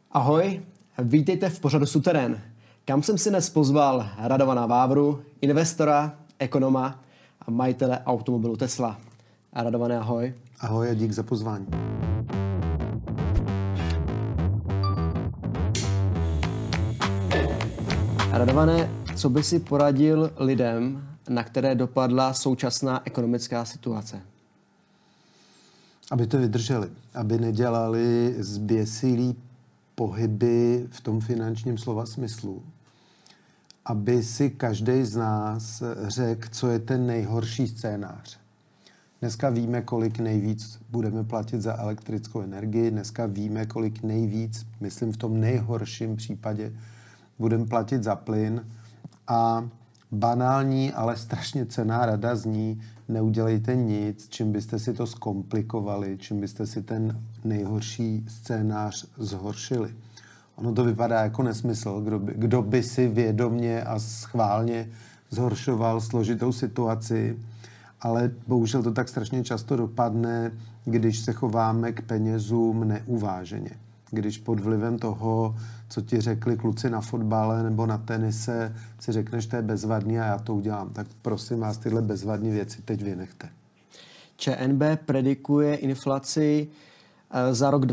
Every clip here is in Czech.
Ahoj, vítejte v pořadu Suterén, kam jsem si dnes pozval Radovana Vávru, investora, ekonoma a majitele automobilu Tesla. Radované, ahoj. Ahoj a dík za pozvání. Radované, co by si poradil lidem, na které dopadla současná ekonomická situace? Aby to vydrželi, aby nedělali zběsilý pohyby v tom finančním slova smyslu. Aby si každý z nás řekl, co je ten nejhorší scénář. Dneska víme, kolik nejvíc budeme platit za elektrickou energii. Dneska víme, kolik nejvíc, myslím v tom nejhorším případě, budeme platit za plyn. A banální, ale strašně cenná rada zní, neudělejte nic, čím byste si to zkomplikovali, čím byste si ten nejhorší scénář zhoršili. Ono to vypadá jako nesmysl, kdo by si vědomně a schválně zhoršoval složitou situaci, ale bohužel to tak strašně často dopadne, když se chováme k penězům neuváženě. Když pod vlivem toho, co ti řekli kluci na fotbale nebo na tenise, si řekneš, to je bezvadný a já to udělám. Tak prosím vás, tyhle bezvadné věci teď vynechte. ČNB predikuje inflaci za rok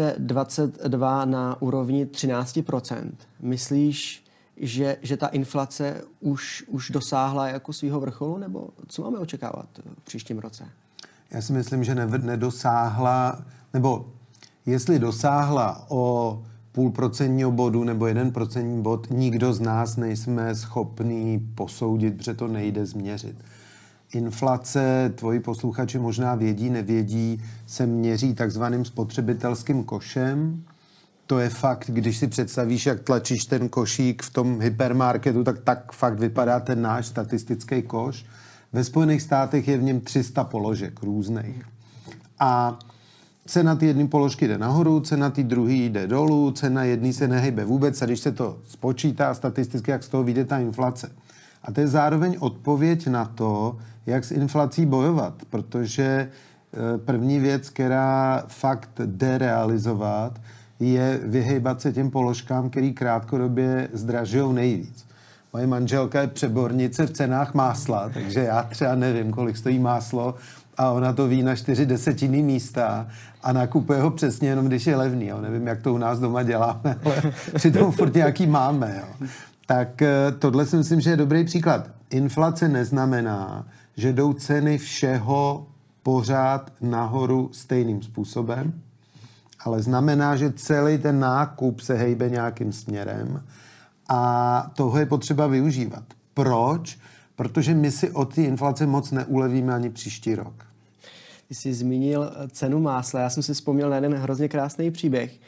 2022 na úrovni 13%. Myslíš, že ta inflace už dosáhla jako svýho vrcholu, nebo co máme očekávat v příštím roce? Já si myslím, že nedosáhla, nebo jestli dosáhla o 0,5% bodu nebo 1% bod, nikdo z nás nejsme schopný posoudit, protože to nejde změřit. Inflace, tvoji posluchači možná vědí, nevědí, se měří takzvaným spotřebitelským košem. To je fakt, když si představíš, jak tlačíš ten košík v tom hypermarketu, tak fakt vypadá ten náš statistický koš. Ve Spojených státech je v něm 300 položek různých. A cena ty jedné položky jde nahoru, cena ty druhé jde dolů, cena jedné se nehejbe vůbec a když se to spočítá statisticky, jak z toho vyjde ta inflace. A to je zároveň odpověď na to, jak s inflací bojovat, protože první věc, která fakt jde realizovat, je vyhejbat se těm položkám, který krátkodobě zdražujou nejvíc. Moje manželka je přebornice v cenách másla, takže já třeba nevím, kolik stojí máslo a ona to ví na 4/10 místa a nakupuje ho přesně jenom, když je levný. Jo. Nevím, jak to u nás doma děláme, ale přitom furt nějaký máme. Jo. Tak tohle si myslím, že je dobrý příklad. Inflace neznamená, že jdou ceny všeho pořád nahoru stejným způsobem, ale znamená, že celý ten nákup se hejbe nějakým směrem a toho je potřeba využívat. Proč? Protože my si od té inflace moc neulevíme ani příští rok. Ty jsi zmínil cenu másla. Já jsem si vzpomněl na jeden hrozně krásný příběh.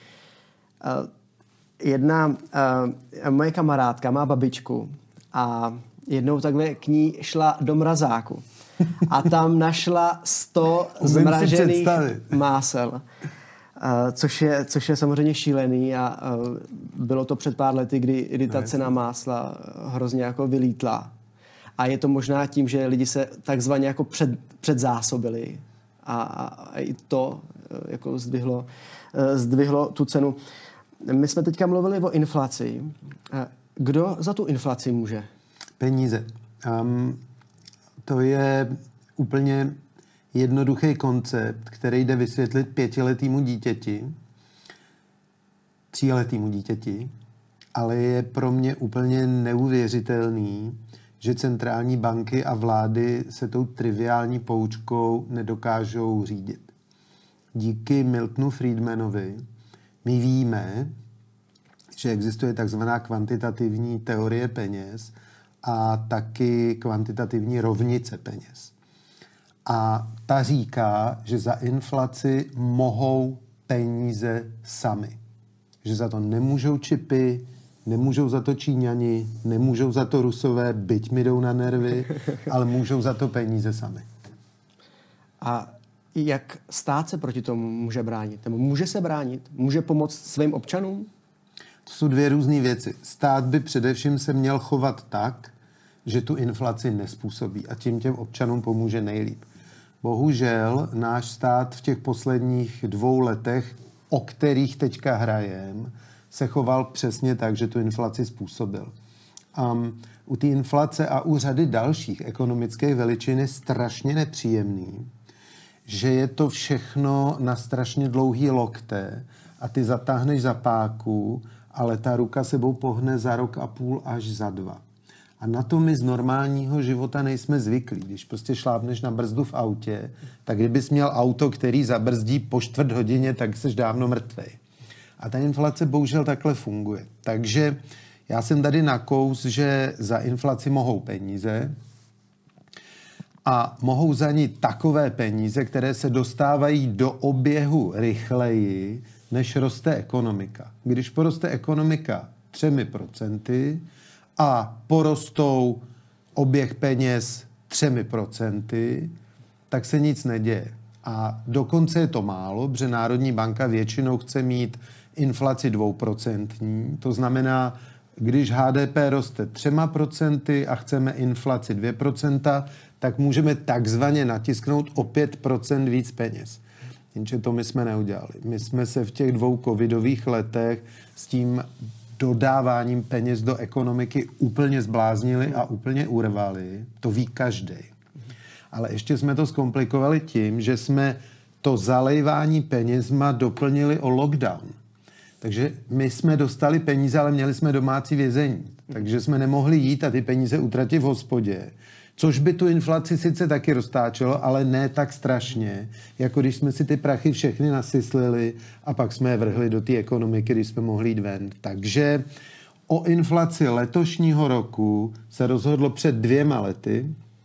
Jedna moje kamarádka má babičku a jednou takhle k ní šla do mrazáku a tam našla 100 zmražených másel. Což je samozřejmě šílený a bylo to před pár lety, kdy ta cena másla hrozně jako vylítla. A je to možná tím, že lidi se takzvaně jako předzásobili a i to jako zdvihlo tu cenu. My jsme teďka mluvili o inflaci. Kdo za tu inflaci může? Peníze. To je úplně jednoduchý koncept, který jde vysvětlit 5letému dítěti, 3letému dítěti, ale je pro mě úplně neuvěřitelný, že centrální banky a vlády se tou triviální poučkou nedokážou řídit. Díky Miltonu Friedmanovi my víme, že existuje takzvaná kvantitativní teorie peněz a taky kvantitativní rovnice peněz. A ta říká, že za inflaci mohou peníze sami. Že za to nemůžou čipy, nemůžou za to Číňani, nemůžou za to Rusové, byť mi jdou na nervy, ale můžou za to peníze sami. A jak stát se proti tomu může bránit? Nebo může se bránit? Může pomoct svým občanům? To jsou dvě různé věci. Stát by především se měl chovat tak, že tu inflaci nespůsobí a tím těm občanům pomůže nejlíp. Bohužel náš stát v těch posledních 2 letech o kterých teďka hrajem, se choval přesně tak, že tu inflaci způsobil. U té inflace a u řady dalších ekonomických veličin je strašně nepříjemný, že je to všechno na strašně dlouhý lokte a ty zatáhneš za páku, ale ta ruka sebou pohne za rok a půl až za 2. A na to my z normálního života nejsme zvyklí. Když prostě šlápneš na brzdu v autě, tak kdybys měl auto, který zabrzdí po 4 hodině, tak jsi dávno mrtvej. A ta inflace bohužel takhle funguje. Takže já jsem tady nakous, že za inflaci mohou peníze a mohou za ní takové peníze, které se dostávají do oběhu rychleji, než roste ekonomika. Když poroste ekonomika 3% a porostou oběh peněz 3%, tak se nic neděje. A dokonce je to málo, protože Národní banka většinou chce mít inflaci 2%. To znamená, když HDP roste 3% a chceme inflaci 2%, tak můžeme takzvaně natisknout o 5% víc peněz. Jenže to my jsme neudělali. My jsme se v těch 2 covidových letech s tím dodáváním peněz do ekonomiky úplně zbláznili a úplně urvali. To ví každý. Ale ještě jsme to zkomplikovali tím, že jsme to zalejvání penězma doplnili o lockdown. Takže my jsme dostali peníze, ale měli jsme domácí vězení. Takže jsme nemohli jít a ty peníze utratit v hospodě. Což by tu inflaci sice taky roztáčelo, ale ne tak strašně, jako když jsme si ty prachy všechny nasyslili a pak jsme je vrhli do té ekonomiky, když jsme mohli jít ven. Takže o inflaci letošního roku se rozhodlo před 2 lety,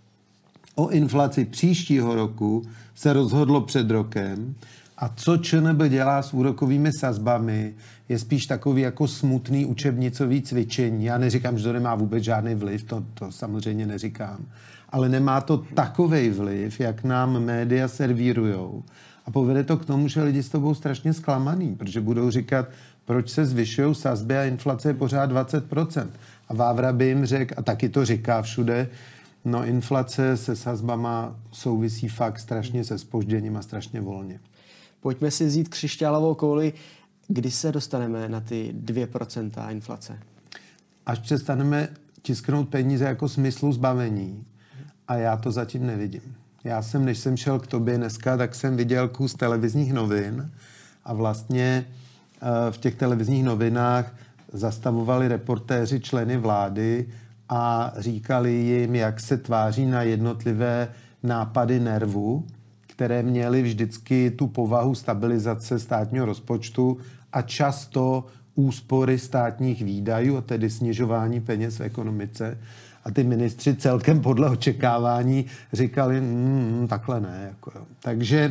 o inflaci příštího roku se rozhodlo před rokem a co ČNB dělá s úrokovými sazbami, je spíš takový jako smutný učebnicový cvičení. Já neříkám, že to nemá vůbec žádný vliv, to samozřejmě neříkám, ale nemá to takovej vliv, jak nám média servírujou. A povede to k tomu, že lidi s tobou strašně zklamaný, protože budou říkat, proč se zvyšují sazby a inflace je pořád 20%. A Vávra by jim řekl, a taky to říká všude, no inflace se sazbama souvisí fakt strašně se zpožděním a strašně volně. Pojďme si vzít křišťálovou kouli. Kdy se dostaneme na ty 2% inflace? Až přestaneme tisknout peníze jako smyslu zbavení. A já to zatím nevidím. Já jsem, než jsem šel k tobě dneska, tak jsem viděl kus televizních novin a vlastně v těch televizních novinách zastavovali reportéři členy vlády a říkali jim, jak se tváří na jednotlivé nápady nervu, které měly vždycky tu povahu stabilizace státního rozpočtu a často úspory státních výdajů, a tedy snižování peněz v ekonomice. A ty ministři celkem podle očekávání říkali, takhle ne. Jako jo. Takže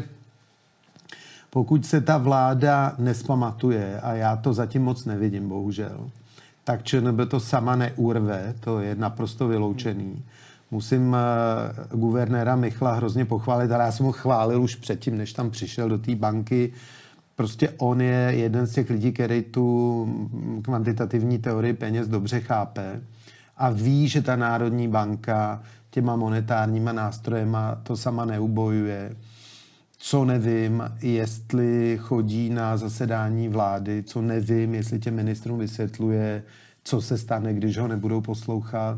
pokud se ta vláda nespamatuje, a já to zatím moc nevidím, bohužel, tak ČNB to sama neurve, to je naprosto vyloučený. Musím guvernéra Michla hrozně pochválit, ale já jsem ho chválil už předtím, než tam přišel do té banky. Prostě on je jeden z těch lidí, který tu kvantitativní teorii peněz dobře chápe a ví, že ta Národní banka těma monetárníma nástrojema to sama neubojuje. Co nevím, jestli chodí na zasedání vlády, co nevím, jestli těm ministrům vysvětluje, co se stane, když ho nebudou poslouchat.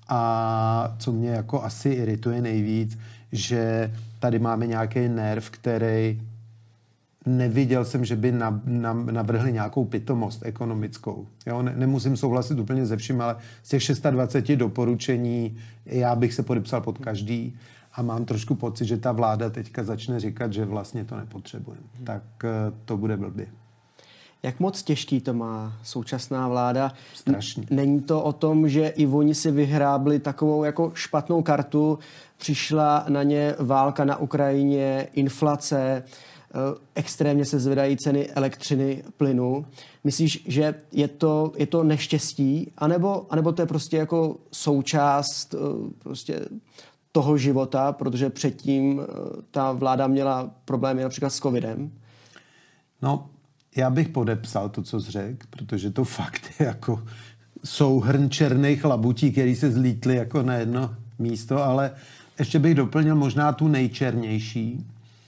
A co mě jako asi irituje nejvíc, že tady máme nějaký nerv, který neviděl jsem, že by navrhli nějakou pitomost ekonomickou. Jo? Nemusím souhlasit úplně ze vším, ale z těch 620 doporučení já bych se podepsal pod každý a mám trošku pocit, že ta vláda teďka začne říkat, že vlastně to nepotřebujeme. Tak to bude blbě. Jak moc těžký to má současná vláda? Strašně. Není to o tom, že i oni si vyhrábli takovou jako špatnou kartu, přišla na ně válka na Ukrajině, inflace, extrémně se zvedají ceny elektřiny, plynu. Myslíš, že je to neštěstí, anebo to je prostě jako součást prostě toho života, protože předtím ta vláda měla problémy například s covidem? No, já bych podepsal to, co jsi řekl, protože to fakt je jako souhrn černých labutí, který se zlítly jako na jedno místo, ale ještě bych doplnil možná tu nejčernější.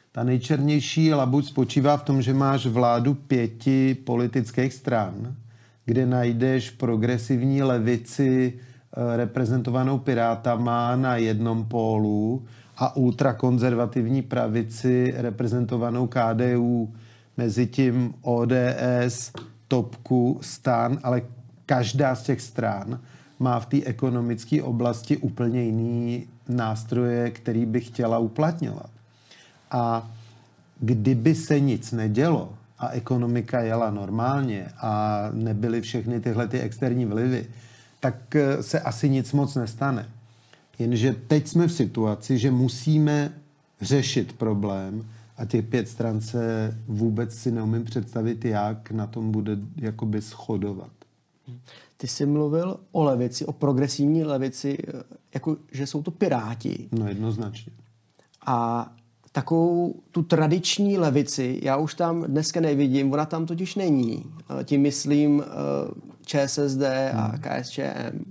Ta nejčernější labuť spočívá v tom, že máš vládu 5 politických stran, kde najdeš progresivní levici reprezentovanou Pirátama na jednom pólu a ultrakonzervativní pravici reprezentovanou KDU, mezi tím ODS, Topku, STAN, ale každá z těch stran má v té ekonomické oblasti úplně jiný nástroje, který by chtěla uplatňovat. A kdyby se nic nedělo a ekonomika jela normálně a nebyly všechny tyhle ty externí vlivy, tak se asi nic moc nestane. Jenže teď jsme v situaci, že musíme řešit problém a těch 5 stran se vůbec si neumím představit, jak na tom bude jakoby shodovat. Ty jsi mluvil o levici, o progresivní levici, jako že jsou to Piráti. No jednoznačně. A takovou tu tradiční levici já už tam dneska nevidím, ona tam totiž není. Tím myslím ČSSD a KSČM.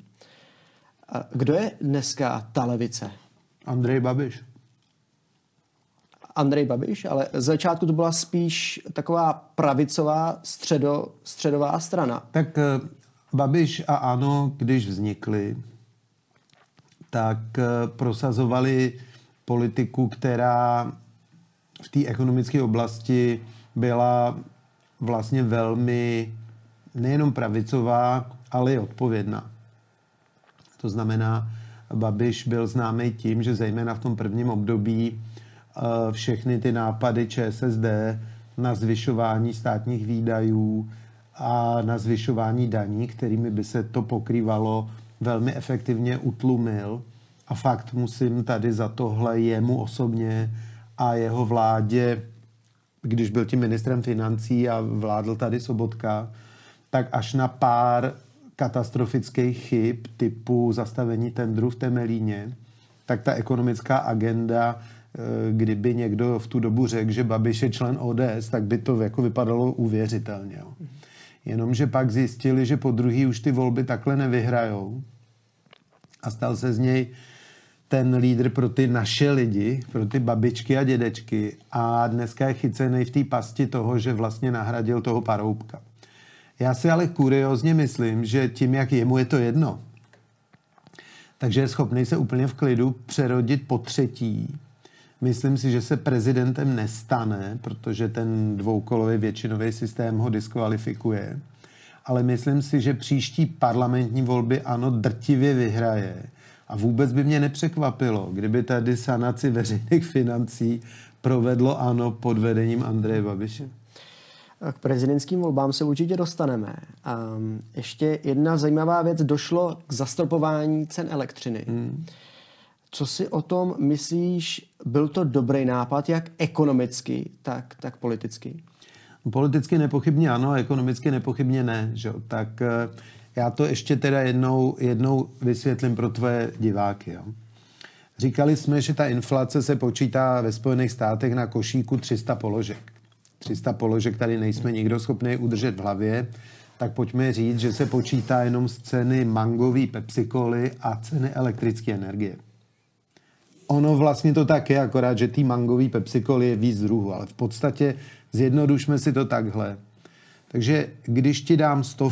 Kdo je dneska ta levice? Andrej Babiš. Andrej Babiš, ale z začátku to byla spíš taková pravicová středová strana. Tak Babiš a ANO, když vznikli, tak prosazovali politiku, která v té ekonomické oblasti byla vlastně velmi nejenom pravicová, ale i odpovědná. To znamená, Babiš byl známý tím, že zejména v tom prvním období všechny ty nápady ČSSD na zvyšování státních výdajů a na zvyšování daní, kterými by se to pokrývalo, velmi efektivně utlumil. A fakt musím tady za tohle jemu osobně a jeho vládě, když byl tím ministrem financí a vládl tady Sobotka, tak až na pár katastrofických chyb typu zastavení tendru v Temelíně, tak ta ekonomická agenda, kdyby někdo v tu dobu řekl, že Babiš je člen ODS, tak by to jako vypadalo uvěřitelně. Jo. Jenomže pak zjistili, že po druhý už ty volby takhle nevyhrajou a stal se z něj ten lídr pro ty naše lidi, pro ty babičky a dědečky a dneska je chycený v té pasti toho, že vlastně nahradil toho Paroubka. Já si ale kuriózně myslím, že tím, jak jemu je to jedno, takže je schopný se úplně v klidu přerodit po třetí. Myslím si, že se prezidentem nestane, protože ten dvoukolový většinový systém ho diskvalifikuje. Ale myslím si, že příští parlamentní volby ANO drtivě vyhraje. A vůbec by mě nepřekvapilo, kdyby tady sanaci veřejných financí provedlo ANO pod vedením Andreje Babiše. K prezidentským volbám se určitě dostaneme. Ještě jedna zajímavá věc, došlo k zastropování cen elektřiny. Co si o tom myslíš, byl to dobrý nápad, jak ekonomicky, tak politicky? Politicky nepochybně ano, ekonomicky nepochybně ne. Že? Tak já to ještě teda jednou vysvětlím pro tvoje diváky. Jo? Říkali jsme, že ta inflace se počítá ve Spojených státech na košíku 300 položek. 300 položek tady nejsme nikdo schopný udržet v hlavě, tak pojďme říct, že se počítá jenom z ceny mangový Pepsi-Coly a ceny elektrické energie. Ono vlastně to tak je, akorát, že tý mangový Pepsi-Coly je víc druhů, ale v podstatě zjednodušme si to takhle. Takže když ti dám 100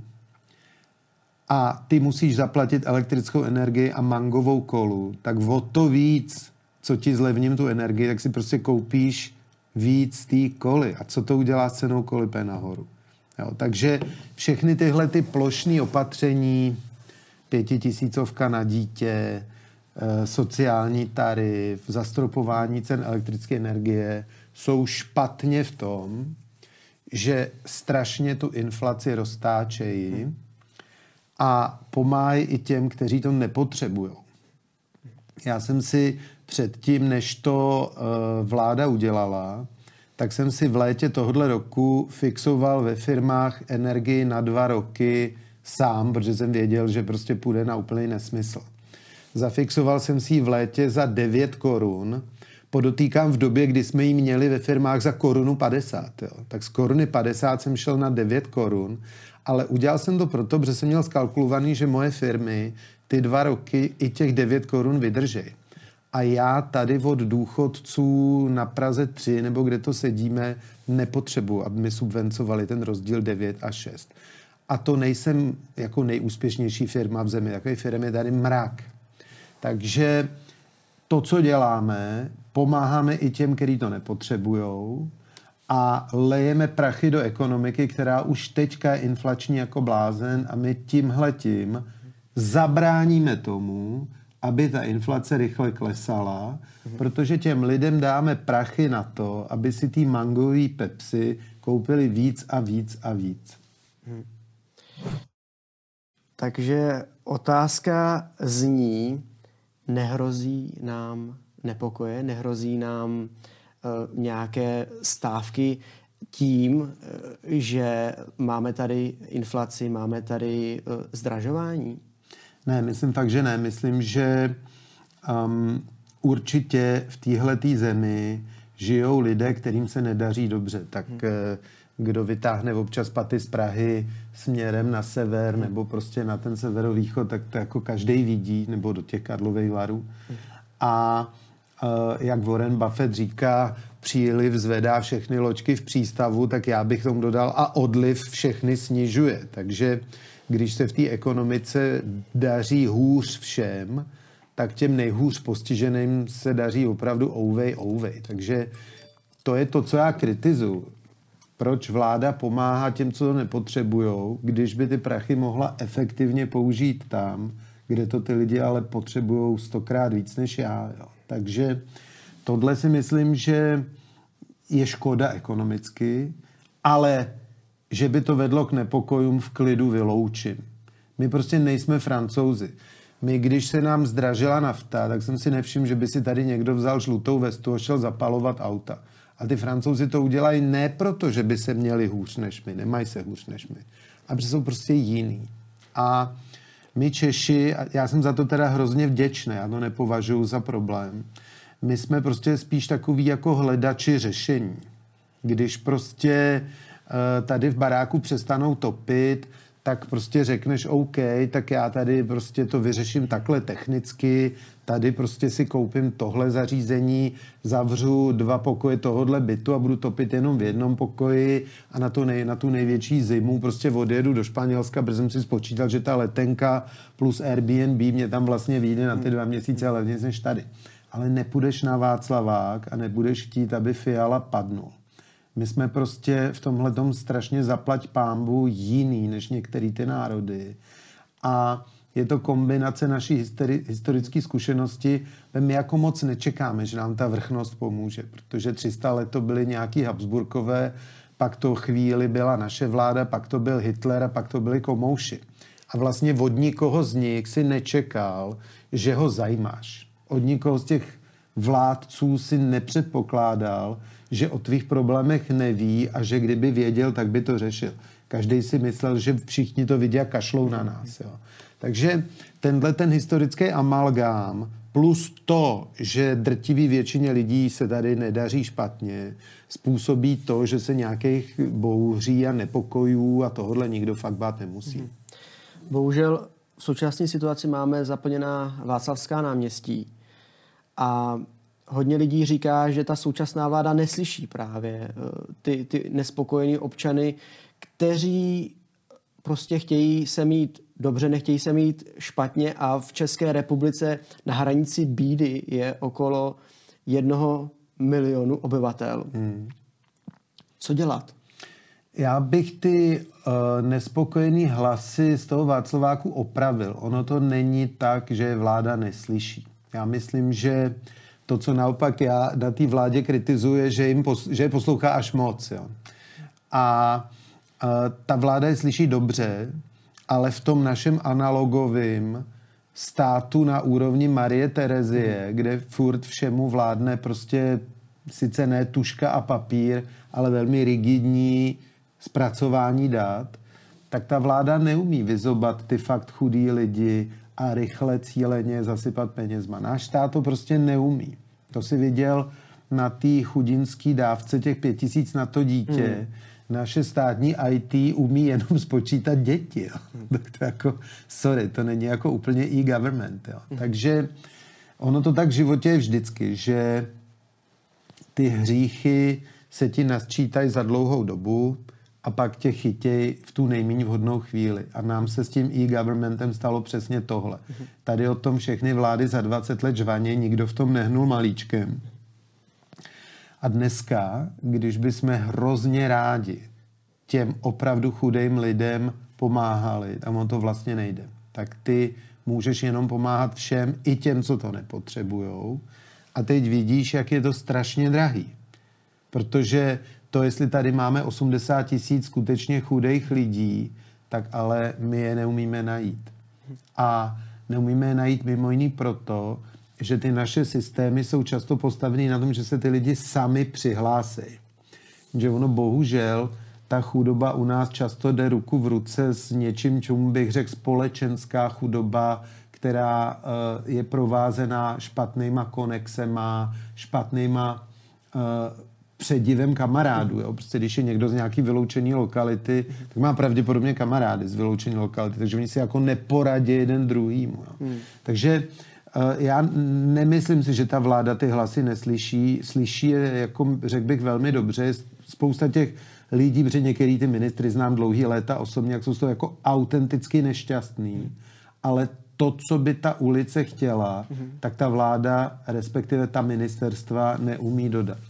a ty musíš zaplatit elektrickou energii a mangovou kolu, tak o to víc, co ti zlevním tu energii, tak si prostě koupíš víc té koly. A co to udělá s cenou koly P nahoru? Jo, takže všechny tyhle ty plošné opatření, 5000 na dítě, sociální tarif, zastropování cen elektrické energie jsou špatně v tom, že strašně tu inflaci roztáčejí a pomáhají i těm, kteří to nepotřebují. Já jsem si předtím, než to vláda udělala, tak jsem si v létě tohoto roku fixoval ve firmách energii na 2 roky sám, protože jsem věděl, že prostě půjde na úplný nesmysl. Zafixoval jsem si ji v létě za 9 korun. Podotýkám v době, kdy jsme ji měli ve firmách za 1,50 Kč. Jo. Tak z 1,50 Kč jsem šel na 9 korun, ale udělal jsem to proto, protože jsem měl skalkulovaný, že moje firmy ty 2 roky i těch 9 korun vydržej. A já tady od důchodců na Praze 3, nebo kde to sedíme, nepotřebuji, aby mi subvencovali ten rozdíl 9 a 6. A to nejsem jako nejúspěšnější firma v zemi. Takový firm je tady mrak. Takže to, co děláme, pomáháme i těm, kteří to nepotřebujou a lejeme prachy do ekonomiky, která už teďka je inflační jako blázen a my tímhletím zabráníme tomu, aby ta inflace rychle klesala, protože těm lidem dáme prachy na to, aby si ty mangový Pepsi koupili víc a víc a víc. Takže otázka zní, nehrozí nám nepokoje, nehrozí nám nějaké stávky tím, že máme tady inflaci, máme tady zdražování? Ne, myslím fakt, že ne. Myslím, že určitě v téhletý zemi žijou lidé, kterým se nedaří dobře. Tak kdo vytáhne občas paty z Prahy směrem na sever nebo prostě na ten severovýchod, tak to jako každej vidí, nebo do těch Karlových Varů. A jak Warren Buffett říká, příliv zvedá všechny loďky v přístavu, tak já bych tomu dodal a odliv všechny snižuje. Takže když se v té ekonomice daří hůř všem, tak těm nejhůř postiženým se daří opravdu ouvej. Takže to je to, co já kritizuju. Proč vláda pomáhá těm, co to nepotřebujou, když by ty prachy mohla efektivně použít tam, kde to ty lidi ale potřebujou 100krát víc než já. Jo. Takže tohle si myslím, že je škoda ekonomicky, ale že by to vedlo k nepokojům, v klidu vyloučím. My prostě nejsme Francouzi. My, když se nám zdražila nafta, tak jsem si nevšiml, že by si tady někdo vzal žlutou vestu a šel zapalovat auta. A ty Francouzi to udělají ne proto, že by se měli hůř než my, nemají se hůř než my, a protože jsou prostě jiný. A my Češi, já jsem za to teda hrozně vděčný, já to nepovažuji za problém, my jsme prostě spíš takový jako hledači řešení. Když prostě tady v baráku přestanou topit, tak prostě řekneš OK, tak já tady prostě to vyřeším takhle technicky, tady prostě si koupím tohle zařízení, zavřu 2 pokoje tohodle bytu a budu topit jenom v jednom pokoji a na tu největší zimu prostě odjedu do Španělska, protože jsem si spočítal, že ta letenka plus Airbnb mě tam vlastně vyjde na ty 2 měsíce levněji než tady. Ale nepůjdeš na Václavák a nebudeš chtít, aby Fiala padnul. My jsme prostě v tomhletom strašně zaplať pánbu jiný než některé ty národy. A je to kombinace naší historické zkušenosti. My jako moc nečekáme, že nám ta vrchnost pomůže, protože 300 let to byly nějaký Habsburkové, pak to chvíli byla naše vláda, pak to byl Hitler a pak to byli komouši. A vlastně od nikoho z nich si nečekal, že ho zajímáš. Od nikoho z těch vládců si nepředpokládal, že o tvých problémech neví a že kdyby věděl, tak by to řešil. Každý si myslel, že všichni to vidí a kašlou na nás. Jo. Takže ten historický amalgám plus to, že drtivý většině lidí se tady nedaří špatně, způsobí to, že se nějakých bouří a nepokojů a tohodle nikdo fakt bát nemusí. Bohužel v současné situaci máme zaplněná Václavská náměstí a hodně lidí říká, že ta současná vláda neslyší právě ty nespokojený občany, kteří prostě chtějí se mít dobře, nechtějí se mít špatně a v České republice na hranici bídy je okolo 1 milionu obyvatel. Co dělat? Já bych ty nespokojený hlasy z toho Václaváku opravil. Ono to není tak, že vláda neslyší. Já myslím, že to, co naopak já na té vládě kritizuje, že je poslouchá až moc. Jo. A ta vláda je slyší dobře, ale v tom našem analogovém státu na úrovni Marie Terezie, kde furt všemu vládne prostě sice ne tužka a papír, ale velmi rigidní zpracování dat, tak ta vláda neumí vyzobat ty fakt chudý lidi a rychle cíleně zasypat penězma. Náš stát to prostě neumí. To si viděl na té chudinské dávce těch 5 000 na to dítě. Naše státní IT umí jenom spočítat děti. Jo. Tak to jako, sorry, to není jako úplně e-government. Jo. Takže Ono to tak v životě je vždycky, že ty hříchy se ti nasčítají za dlouhou dobu a pak tě chytěj v tu nejméně vhodnou chvíli. A nám se s tím e-governmentem stalo přesně tohle. Tady o tom všechny vlády za 20 let žvaně, nikdo v tom nehnul malíčkem. A dneska, když bychom hrozně rádi těm opravdu chudým lidem pomáhali, a on to vlastně nejde, tak ty můžeš jenom pomáhat všem, i těm, co to nepotřebujou. A teď vidíš, jak je to strašně drahý. Protože to, jestli tady máme 80 000 skutečně chudých lidí, tak ale my je neumíme najít. A neumíme je najít mimo jiný proto, že ty naše systémy jsou často postavený na tom, že se ty lidi sami přihlásí. Že ono bohužel, ta chudoba u nás často jde ruku v ruce s něčím, čemu bych řekl společenská chudoba, která je provázená špatnýma konexema, špatnýma předivem kamarádů. Jo? Prostě když je někdo z nějaký vyloučený lokality, tak má pravděpodobně kamarády z vyloučený lokality, takže oni si jako neporadí jeden druhýmu. Jo? Takže já nemyslím si, že ta vláda ty hlasy neslyší. Slyší je, jako řekl bych, velmi dobře. Spousta těch lidí, protože některý ty ministry znám dlouhý léta osobně, jak jsou z toho jako autenticky nešťastný, ale to, co by ta ulice chtěla, tak ta vláda, respektive ta ministerstva neumí dodat.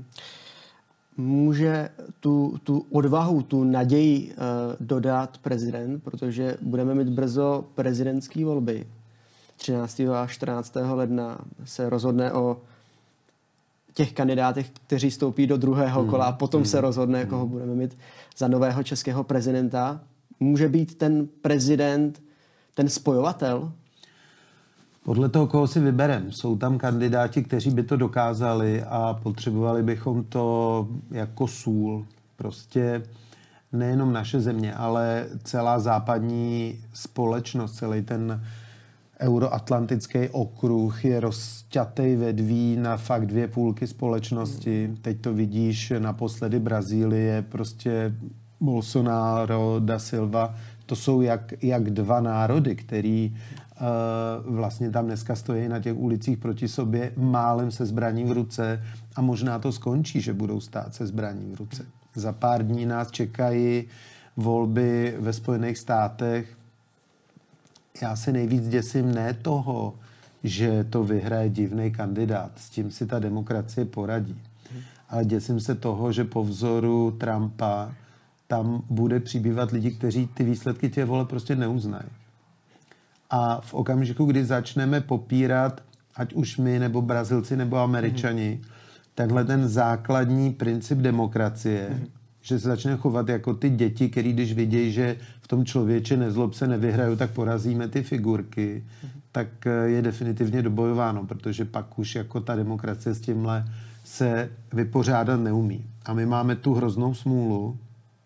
Může tu odvahu, tu naději dodat prezident, protože budeme mít brzo prezidentské volby. 13. a 14. ledna se rozhodne o těch kandidátech, kteří stoupí do druhého kola a potom se rozhodne, koho budeme mít za nového českého prezidenta. Může být ten prezident ten spojovatel? Podle toho, koho si vyberem. Jsou tam kandidáti, kteří by to dokázali a potřebovali bychom to jako sůl. Prostě nejenom naše země, ale celá západní společnost, celý ten euroatlantický okruh je rozťatej vedví na fakt 2/2 společnosti. Teď to vidíš naposledy Brazílie, prostě Bolsonaro, da Silva. To jsou jak dva národy, který vlastně tam dneska stojí na těch ulicích proti sobě málem se zbraní v ruce a možná to skončí, že budou stát se zbraní v ruce. Za pár dní nás čekají volby ve Spojených státech. Já se nejvíc děsím ne toho, že to vyhraje divný kandidát. S tím si ta demokracie poradí. Ale děsím se toho, že po vzoru Trumpa tam bude přibývat lidi, kteří ty výsledky těch voleb prostě neuznají. A v okamžiku, kdy začneme popírat, ať už my, nebo Brazilci, nebo Američani, tenhle ten základní princip demokracie, že se začne chovat jako ty děti, který když vidějí, že v tom člověče nezlob se nevyhrajou, tak porazíme ty figurky, tak je definitivně dobojováno, protože pak už jako ta demokracie s tímhle se vypořádat neumí. A my máme tu hroznou smůlu,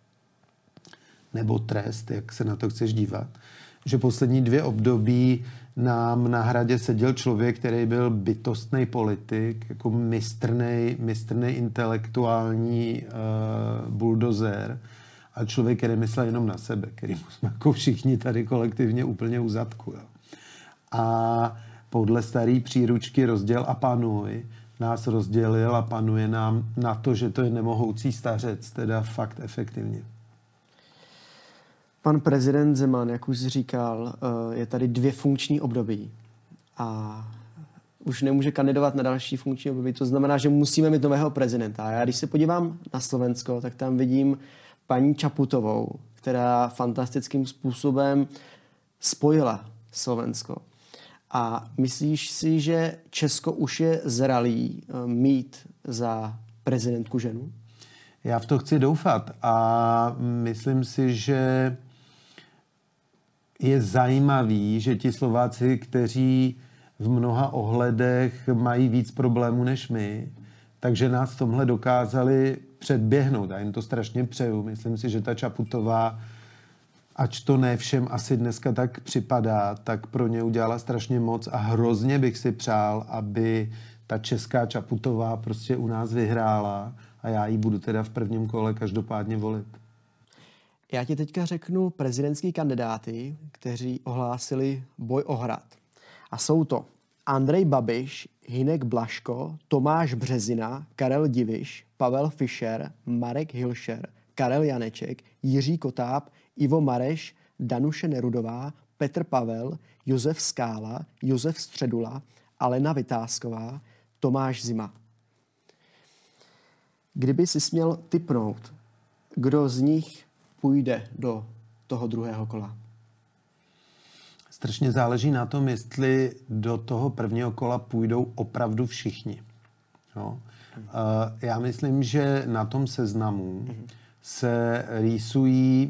nebo trest, jak se na to chceš dívat, že poslední 2 období nám na hradě seděl člověk, který byl bytostný politik, jako mistrnej intelektuální buldozer a člověk, který myslel jenom na sebe, který jsme jako všichni tady kolektivně úplně u zadku. Jo. A podle staré příručky rozděl a panuj nás rozdělil a panuje nám na to, že to je nemohoucí stařec, teda fakt efektivně. Pan prezident Zeman, jak už říkal, je tady 2 funkční období a už nemůže kandidovat na další funkční období. To znamená, že musíme mít nového prezidenta. A já když se podívám na Slovensko, tak tam vidím paní Čaputovou, která fantastickým způsobem spojila Slovensko. A myslíš si, že Česko už je zralý mít za prezidentku ženu? Já v to chci doufat a myslím si, že je zajímavý, že ti Slováci, kteří v mnoha ohledech mají víc problémů než my, takže nás v tomhle dokázali předběhnout. Já jim to strašně přeju. Myslím si, že ta Čaputová, ač to ne všem asi dneska tak připadá, tak pro ně udělala strašně moc a hrozně bych si přál, aby ta česká Čaputová prostě u nás vyhrála a já ji budu teda v prvním kole každopádně volit. Já ti teďka řeknu prezidentský kandidáty, kteří ohlásili boj o hrad. A jsou to Andrej Babiš, Hynek Blažko, Tomáš Březina, Karel Diviš, Pavel Fischer, Marek Hilšer, Karel Janeček, Jiří Kotáb, Ivo Mareš, Danuše Nerudová, Petr Pavel, Josef Skála, Josef Středula, Alena Vytázková, Tomáš Zima. Kdyby si směl tipnout, kdo z nich půjde do toho druhého kola? Strašně záleží na tom, jestli do toho prvního kola půjdou opravdu všichni. Jo? Já myslím, že na tom seznamu se rýsují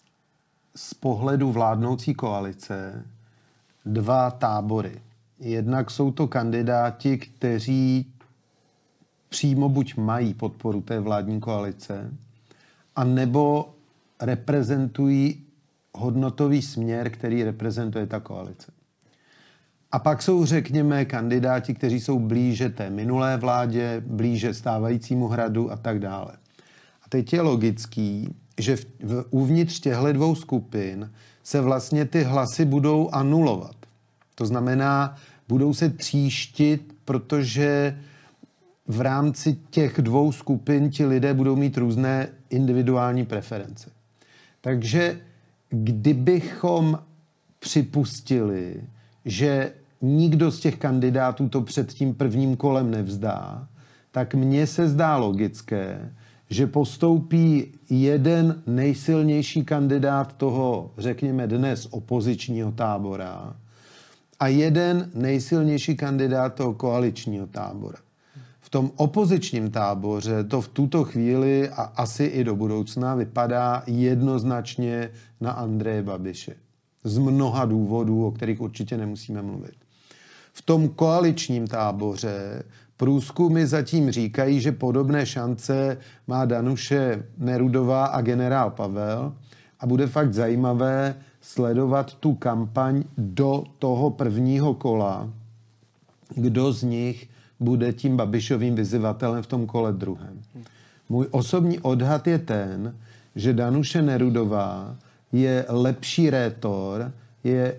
z pohledu vládnoucí koalice dva tábory. Jednak jsou to kandidáti, kteří přímo buď mají podporu té vládní koalice, a nebo reprezentují hodnotový směr, který reprezentuje ta koalice. A pak jsou, řekněme, kandidáti, kteří jsou blíže té minulé vládě, blíže stávajícímu hradu a tak dále. A teď je logický, že uvnitř těchto dvou skupin se vlastně ty hlasy budou anulovat. To znamená, budou se tříštit, protože v rámci těch dvou skupin ti lidé budou mít různé individuální preference. Takže kdybychom připustili, že nikdo z těch kandidátů to před tím prvním kolem nevzdá, tak mně se zdá logické, že postoupí jeden nejsilnější kandidát toho, řekněme dnes, opozičního tábora a jeden nejsilnější kandidát toho koaličního tábora. V tom opozičním táboře to v tuto chvíli a asi i do budoucna vypadá jednoznačně na Andreje Babiše. Z mnoha důvodů, o kterých určitě nemusíme mluvit. V tom koaličním táboře průzkumy zatím říkají, že podobné šance má Danuše Nerudová a generál Pavel a bude fakt zajímavé sledovat tu kampaň do toho prvního kola, kdo z nich bude tím Babišovým vyzývatelem v tom kole druhém. Můj osobní odhad je ten, že Danuše Nerudová je lepší rétor, je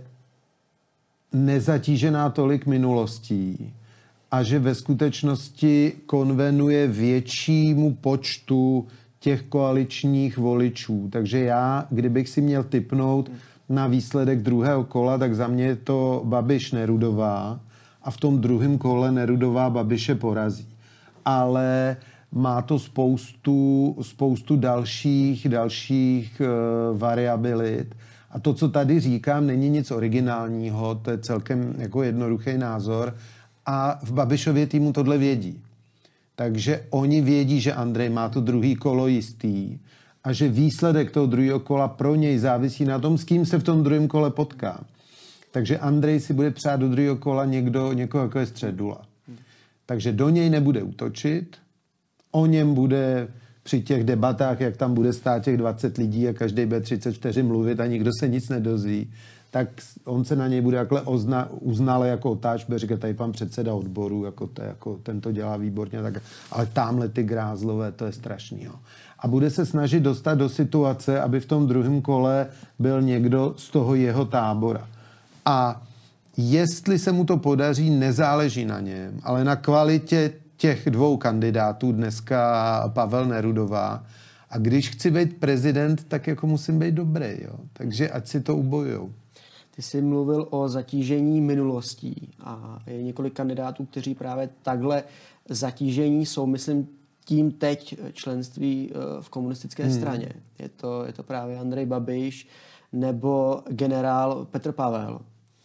nezatížená tolik minulostí a že ve skutečnosti konvenuje většímu počtu těch koaličních voličů. Takže já, kdybych si měl tipnout na výsledek druhého kola, tak za mě je to Babiš Nerudová a v tom druhém kole Nerudová Babiše porazí. Ale má to spoustu dalších variabilit. A to, co tady říkám, není nic originálního, to je celkem jako jednoduchý názor. A v Babišově týmu tohle vědí. Takže oni vědí, že Andrej má to druhý kolo jistý a že výsledek toho druhého kola pro něj závisí na tom, s kým se v tom druhém kole potká. Takže Andrej si bude přát do druhého kola někoho jako je Středula. Takže do něj nebude útočit, o něm bude při těch debatách, jak tam bude stát těch 20 lidí a každý bude 30 vteřin mluvit a nikdo se nic nedozví, tak on se na něj bude takhle uznale jako otáč, bude říkat, tady pan předseda odboru, jako ten to dělá výborně, tak, ale tamhle ty grázlové, to je strašný. Jo. A bude se snažit dostat do situace, aby v tom druhém kole byl někdo z toho jeho tábora. A jestli se mu to podaří, nezáleží na něm, ale na kvalitě těch dvou kandidátů, dneska Pavel Nerudová. A když chci být prezident, tak jako musím být dobrý. Jo. Takže ať si to ubojujou. Ty jsi mluvil o zatížení minulostí a je několik kandidátů, kteří právě takhle zatížení jsou, myslím, tím teď členství v komunistické straně. Je to právě Andrej Babiš nebo generál Petr Pavel.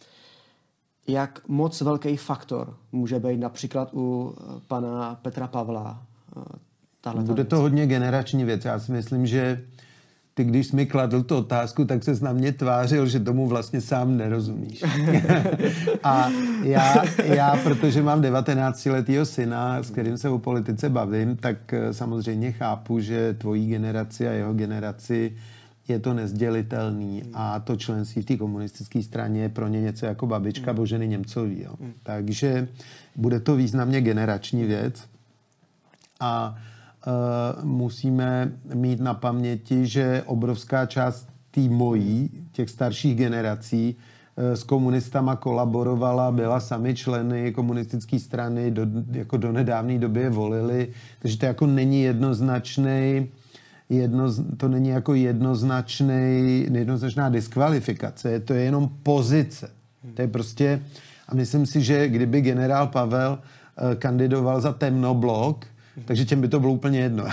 Jak moc velký faktor může být například u pana Petra Pavla? Bude to hodně generační věc. Já si myslím, že ty, když jsi mi kladl tu otázku, tak ses na mě tvářil, že tomu vlastně sám nerozumíš. A já, protože mám 19letýho syna, s kterým se o politice bavím, tak samozřejmě chápu, že tvojí generaci a jeho generaci je to nezdělitelný a to členství v té komunistické straně je pro ně něco jako babička Boženy Němcový. Jo. Takže bude to významně generační věc a musíme mít na paměti, že obrovská část těch starších generací s komunistama kolaborovala, byla sami členy komunistické strany, jako do nedávné doby je volili, takže to jako není to není jako jednoznačná diskvalifikace, to je jenom pozice. To je prostě, a myslím si, že kdyby generál Pavel kandidoval za Temnoblok, takže těm by to bylo úplně jedno.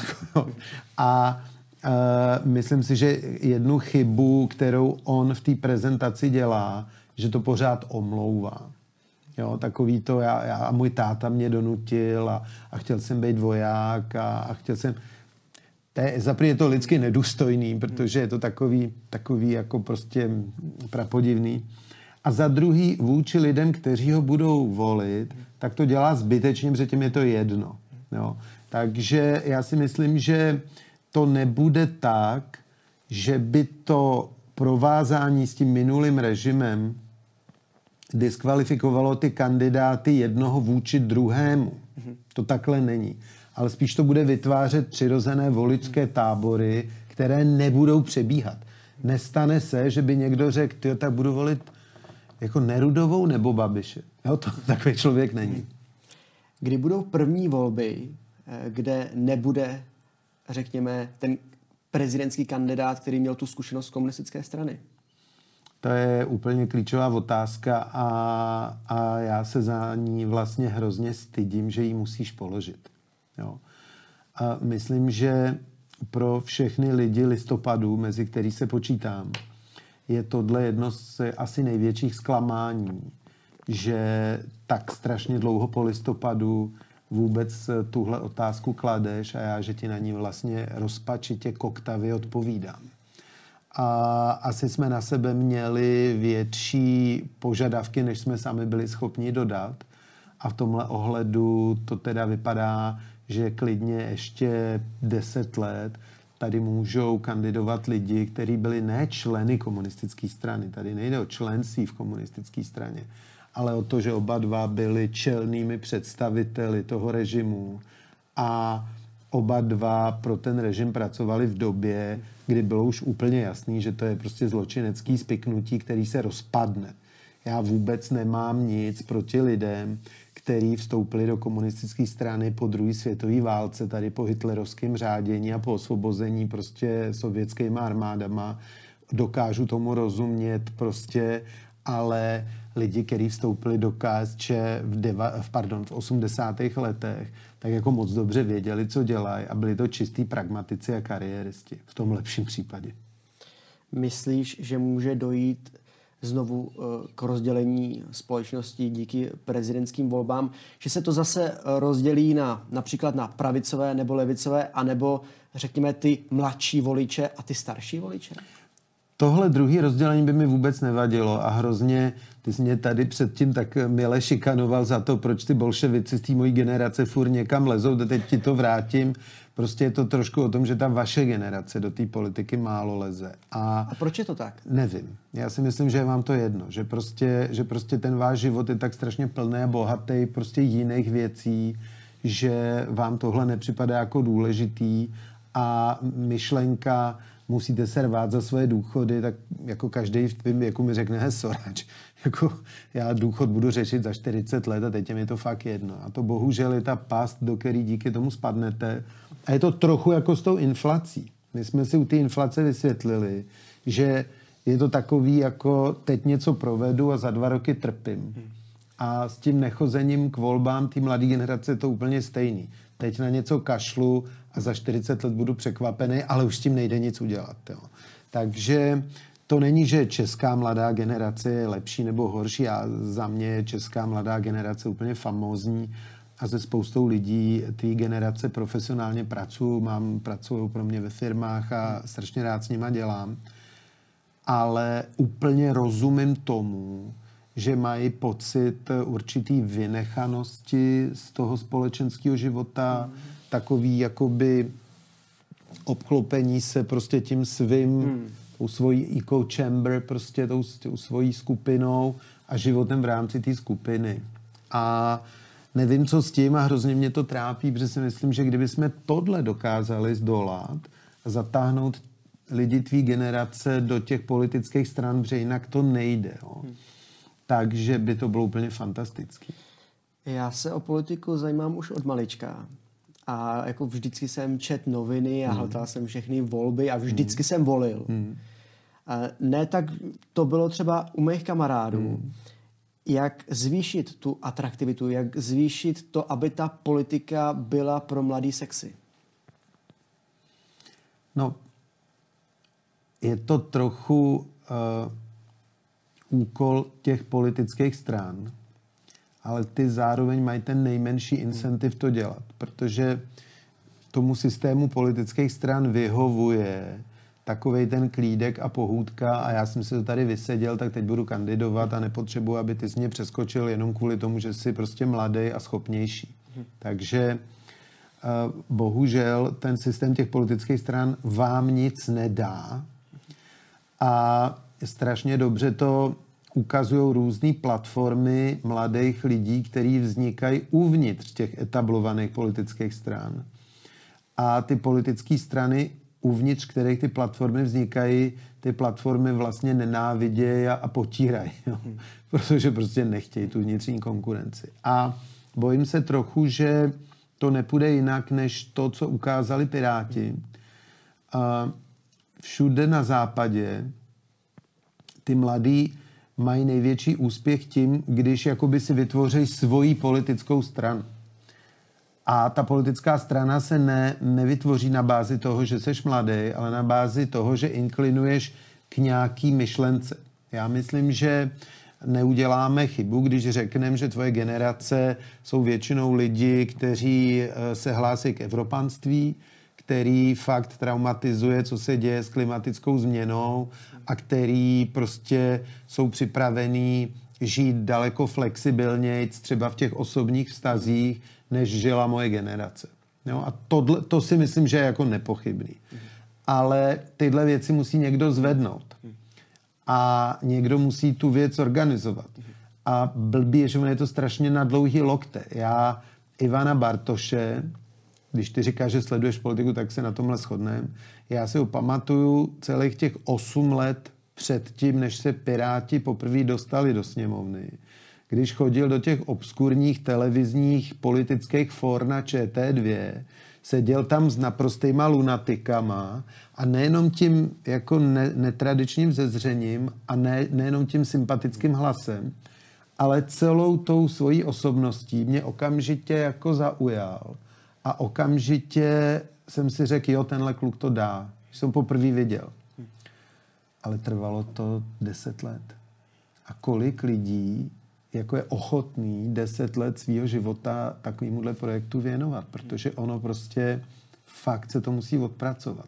A myslím si, že jednu chybu, kterou on v té prezentaci dělá, že to pořád omlouvá. Jo, takový to, já můj táta mě donutil a chtěl jsem být voják a chtěl jsem... Zaprvé je to lidsky nedůstojný, protože je to takový jako prostě prapodivný. A za druhý vůči lidem, kteří ho budou volit, tak to dělá zbytečně, protože těm je to jedno. Jo. Takže já si myslím, že to nebude tak, že by to provázání s tím minulým režimem diskvalifikovalo ty kandidáty jednoho vůči druhému. To takhle není. Ale spíš to bude vytvářet přirozené voličské tábory, které nebudou přebíhat. Nestane se, že by někdo řekl, tak budu volit jako Nerudovou nebo Babiše. Jo, to takový člověk není. Kdy budou první volby, kde nebude, řekněme, ten prezidentský kandidát, který měl tu zkušenost z komunistické strany? To je úplně klíčová otázka a já se za ní vlastně hrozně stydím, že ji musíš položit. Jo. A myslím, že pro všechny lidi listopadu, mezi který se počítám, je tohle jedno z asi největších zklamání, že tak strašně dlouho po listopadu vůbec tuhle otázku kladeš a já, že ti na ní vlastně rozpačitě koktavě odpovídám. A asi jsme na sebe měli větší požadavky, než jsme sami byli schopni dodat. A v tomhle ohledu to teda vypadá, že klidně ještě 10 let tady můžou kandidovat lidi, kteří byli ne členy komunistické strany. Tady nejde o členství v komunistické straně, ale o to, že oba dva byli čelnými představiteli toho režimu a oba dva pro ten režim pracovali v době, kdy bylo už úplně jasný, že to je prostě zločinecký spiknutí, který se rozpadne. Já vůbec nemám nic proti lidem, kteří vstoupili do komunistické strany po druhé světové válce, tady po hitlerovském řádění a po osvobození prostě sovětskými armádama. Dokážu tomu rozumět prostě, ale lidi, kteří vstoupili do KSČ v 80. letech, tak jako moc dobře věděli, co dělají a byli to čistý pragmatici a kariéristi v tom lepším případě. Myslíš, že může dojít znovu k rozdělení společnosti díky prezidentským volbám, že se to zase rozdělí například na pravicové nebo levicové, anebo řekněme ty mladší voliče a ty starší voliče? Tohle druhý rozdělení by mi vůbec nevadilo a hrozně, ty jsi mě tady předtím tak mile šikanoval za to, proč ty bolševici z té mojí generace furt někam lezou, teď ti to vrátím. Prostě je to trošku o tom, že ta vaše generace do té politiky málo leze. A proč je to tak? Nevím. Já si myslím, že je vám to jedno. Že prostě ten váš život je tak strašně plný a bohatý prostě jiných věcí, že vám tohle nepřipadá jako důležitý a myšlenka musíte se rvát za svoje důchody, tak jako každý v tvým věku mi řekne, Sorač, jako já důchod budu řešit za 40 let a teď je mi to fakt jedno. A to bohužel je ta past, do který díky tomu spadnete. A je to trochu jako s tou inflací. My jsme si u té inflace vysvětlili, že je to takový, jako teď něco provedu a za 2 roky trpím. A s tím nechozením k volbám té mladé generace je to úplně stejný. Teď na něco kašlu a za 40 let budu překvapený, ale už s tím nejde nic udělat. Jo. Takže to není, že česká mladá generace je lepší nebo horší. A za mě je česká mladá generace úplně famózní a se spoustou lidí té generace profesionálně pracují pro mě ve firmách a strašně rád s nima dělám. Ale úplně rozumím tomu, že mají pocit určitý vynechanosti z toho společenského života, takový jakoby obklopení se prostě tím svým, tou svojí echo chamber, prostě tou svojí skupinou a životem v rámci té skupiny. A nevím, co s tím a hrozně mě to trápí, protože si myslím, že kdyby jsme tohle dokázali zdolat a zatáhnout lidi tvý generace do těch politických stran, protože jinak to nejde. Jo. Takže by to bylo úplně fantastický. Já se o politiku zajímám už od malička. A jako vždycky jsem čet noviny a hledal jsem všechny volby a vždycky jsem volil. A ne tak to bylo třeba u mých kamarádů. Jak zvýšit tu atraktivitu, jak zvýšit to, aby ta politika byla pro mladý sexy? No, je to trochu úkol těch politických stran, ale ty zároveň mají ten nejmenší incentiv to dělat, protože tomu systému politických stran vyhovuje takovej ten klídek a pohůdka a já jsem si to tady vyseděl, tak teď budu kandidovat a nepotřebuji, aby ty jsi mě přeskočil jenom kvůli tomu, že jsi prostě mladý a schopnější. Takže bohužel ten systém těch politických stran vám nic nedá a strašně dobře to ukazují různé platformy mladých lidí, který vznikají uvnitř těch etablovaných politických stran. A ty politické strany, uvnitř kterých ty platformy vznikají, ty platformy vlastně nenávidějí a potírají. Protože prostě nechtějí tu vnitřní konkurenci. A bojím se trochu, že to nepůjde jinak, než to, co ukázali Piráti. A všude na západě ty mladí mají největší úspěch tím, když jakoby si vytvoří svoji politickou stranu. A ta politická strana se nevytvoří na bázi toho, že seš mladý, ale na bázi toho, že inklinuješ k nějaký myšlence. Já myslím, že neuděláme chybu, když řekneme, že tvoje generace jsou většinou lidi, kteří se hlásí k evropanství, který fakt traumatizuje, co se děje s klimatickou změnou a který prostě jsou připravení žít daleko flexibilněji, třeba v těch osobních vztazích, než žila moje generace. Jo? A to si myslím, že je jako nepochybný. Ale tyhle věci musí někdo zvednout. A někdo musí tu věc organizovat. A blbý je, že je to strašně na dlouhý lokte. Já Ivana Bartoše, když ty říkáš, že sleduješ politiku, tak se na tomhle shodneme. Já si ho pamatuju celých těch 8 let předtím, než se Piráti poprvé dostali do sněmovny. Když chodil do těch obskurních televizních politických for na ČT2, seděl tam s naprostýma lunatikama a nejenom tím jako netradičním zezřením a nejenom tím sympatickým hlasem, ale celou tou svojí osobností mě okamžitě jako zaujal. A okamžitě jsem si řekl, jo, tenhle kluk to dá. Když jsem poprvé viděl. Ale trvalo to 10 let. A kolik lidí jako je ochotný 10 let svýho života takovémuhle projektu věnovat, protože ono prostě fakt se to musí odpracovat.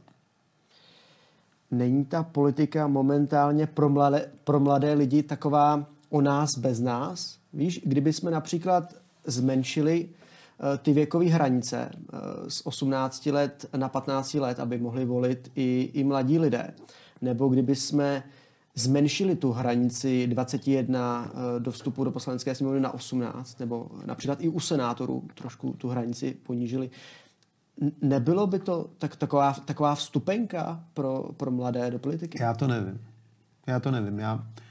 Není ta politika momentálně pro mladé lidi taková o nás bez nás? Víš, kdyby jsme například zmenšili ty věkové hranice z 18 let na 15 let, aby mohli volit i mladí lidé, nebo kdyby jsme zmenšili tu hranici 21 do vstupu do poslanecké sněmovny na 18, nebo například i u senátorů trošku tu hranici ponížili. Nebylo by to taková vstupenka pro mladé do politiky? Já to nevím.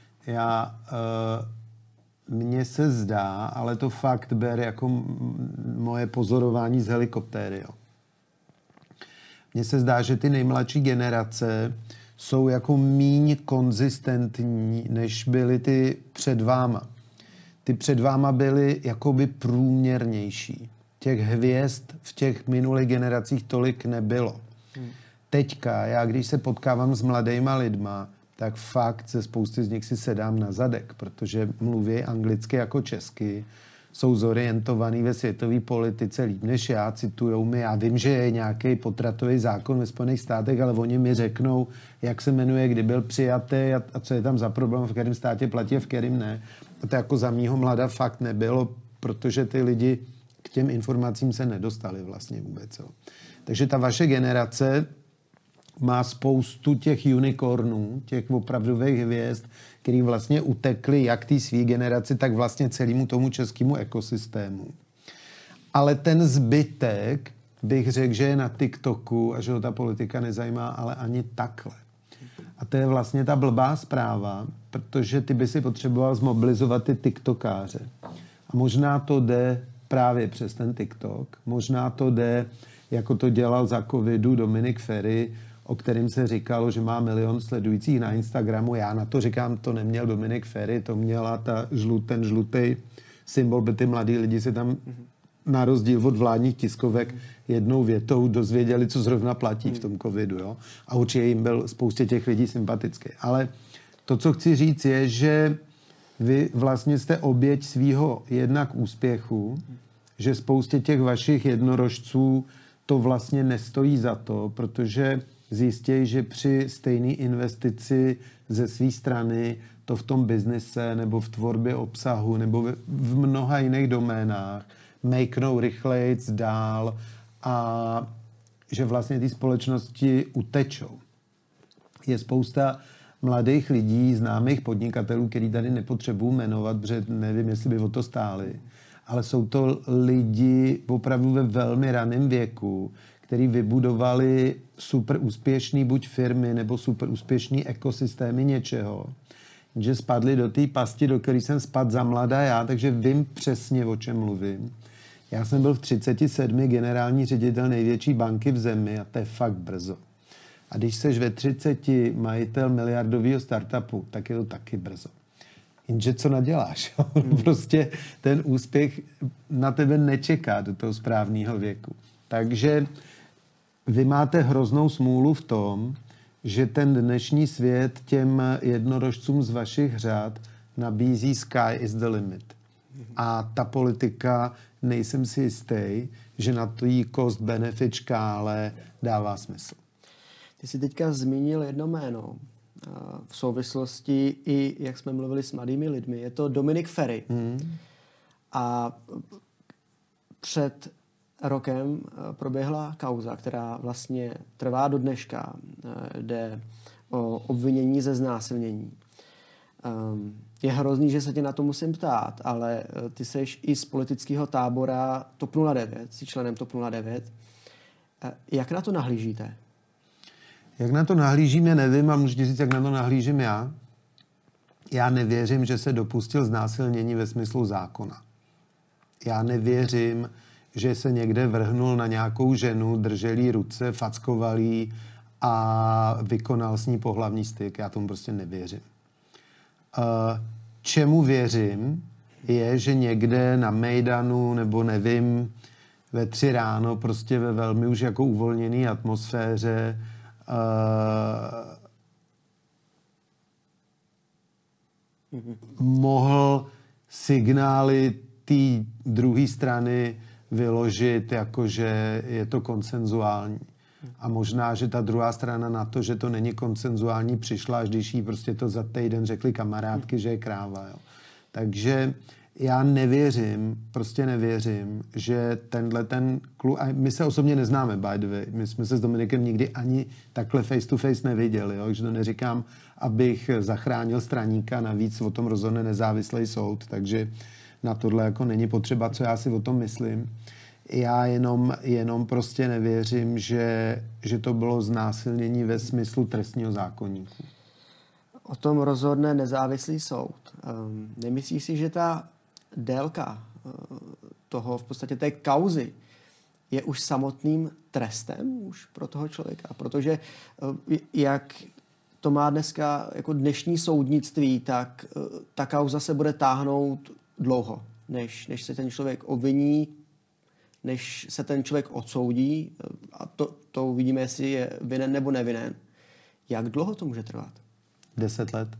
Mně se zdá, ale to fakt ber jako moje pozorování z helikoptéry. Jo. Mně se zdá, že ty nejmladší generace jsou jako míň konzistentní, než byly ty před váma. Ty před váma byly jakoby průměrnější. Těch hvězd v těch minulých generacích tolik nebylo. Teďka, já když se potkávám s mladýma lidma, tak fakt se spousty z nich si sedám na zadek, protože mluví anglicky jako česky, jsou zorientovaný ve světové politice líp než já, citujou mi. Já vím, že je nějaký potratový zákon ve Spojených státech, ale oni mi řeknou, jak se jmenuje, kdy byl přijatý a co je tam za problém, v kterém státě platí a v kterém ne. A to jako za mýho mlada fakt nebylo, protože ty lidi k těm informacím se nedostali vlastně vůbec. Jo. Takže ta vaše generace má spoustu těch unicornů, těch opravdových hvězd, který vlastně utekli jak té svý generaci, tak vlastně celému tomu českému ekosystému. Ale ten zbytek bych řekl, že je na TikToku a že ho ta politika nezajímá, ale ani takhle. A to je vlastně ta blbá zpráva, protože ty by si potřeboval zmobilizovat ty TikTokáře. A možná to jde právě přes ten TikTok, možná to jde, jako to dělal za covidu Dominik Feri, o kterém se říkalo, že má 1 milion sledujících na Instagramu. Já na to říkám, to neměl Dominik Feri, to měla ten žlutý symbol, by ty mladí lidi se tam na rozdíl od vládních tiskovek jednou větou dozvěděli, co zrovna platí v tom covidu. Jo? A určitě jim byl spoustě těch lidí sympatický. Ale to, co chci říct, je, že vy vlastně jste oběť svýho jednak úspěchu, že spoustě těch vašich jednorožců to vlastně nestojí za to, protože zjistějí, že při stejné investici ze své strany to v tom biznise nebo v tvorbě obsahu nebo v mnoha jiných doménách makenou rychlejc dál a že vlastně ty společnosti utečou. Je spousta mladých lidí, známých podnikatelů, který tady nepotřebuji jmenovat, protože nevím, jestli by o to stáli, ale jsou to lidi opravdu ve velmi raném věku, který vybudovali super úspěšný buď firmy nebo super úspěšný ekosystémy něčeho, že spadli do té pasti, do které jsem spadl za mladá já, takže vím přesně, o čem mluvím. Já jsem byl v 37 generální ředitel největší banky v zemi a to je fakt brzo. A když seš ve 30 majitel miliardového startupu, tak je to taky brzo. Jenže co naděláš? Prostě ten úspěch na tebe nečeká do toho správného věku. Takže vy máte hroznou smůlu v tom, že ten dnešní svět těm jednorožcům z vašich řad nabízí sky is the limit. A ta politika, nejsem si jistý, že na to jí cost-benefit škále dává smysl. Ty jsi teďka zmínil jedno jméno v souvislosti i, jak jsme mluvili s mladými lidmi. Je to Dominik Feri. A před rokem proběhla kauza, která vlastně trvá do dneška. Jde o obvinění ze znásilnění. Je hrozný, že se tě na to musím ptát, ale ty seš i z politického tábora TOP 09, jsi členem TOP 09. Jak na to nahlížíte? Jak na to nahlížíme, nevím, a můžete říct, jak na to nahlížím já. Já nevěřím, že se dopustil znásilnění ve smyslu zákona. Já nevěřím, že se někde vrhnul na nějakou ženu, držel jí ruce, fackoval jí a vykonal s ní pohlavní styk. Já tomu prostě nevěřím. Čemu věřím, je, že někde na mejdanu, nebo nevím, ve 3 ráno, prostě ve velmi už jako uvolněné atmosféře mohl signály té druhé strany vyložit, jakože je to konsenzuální. A možná, že ta druhá strana na to, že to není konsenzuální, přišla, až když jí prostě to za týden řekli kamarádky, že je kráva. Jo. Takže já nevěřím, prostě nevěřím, že tenhle ten kluk, a my se osobně neznáme, by the way, my jsme se s Dominikem nikdy ani takhle face to face neviděli, jo, takže to neříkám, abych zachránil straníka, navíc o tom rozhodne nezávislý soud, takže na tohle jako není potřeba, co já si o tom myslím. Já jenom prostě nevěřím, že to bylo znásilnění ve smyslu trestního zákoníku. O tom rozhodne nezávislý soud. Nemyslíš si, že ta délka toho, v podstatě té kauzy, je už samotným trestem už pro toho člověka? Protože jak to má dneska jako dnešní soudnictví, tak ta kauza se bude táhnout dlouho, než se ten člověk obviní, než se ten člověk odsoudí, a to uvidíme, jestli je vinen nebo nevinen. Jak dlouho to může trvat? 10 let.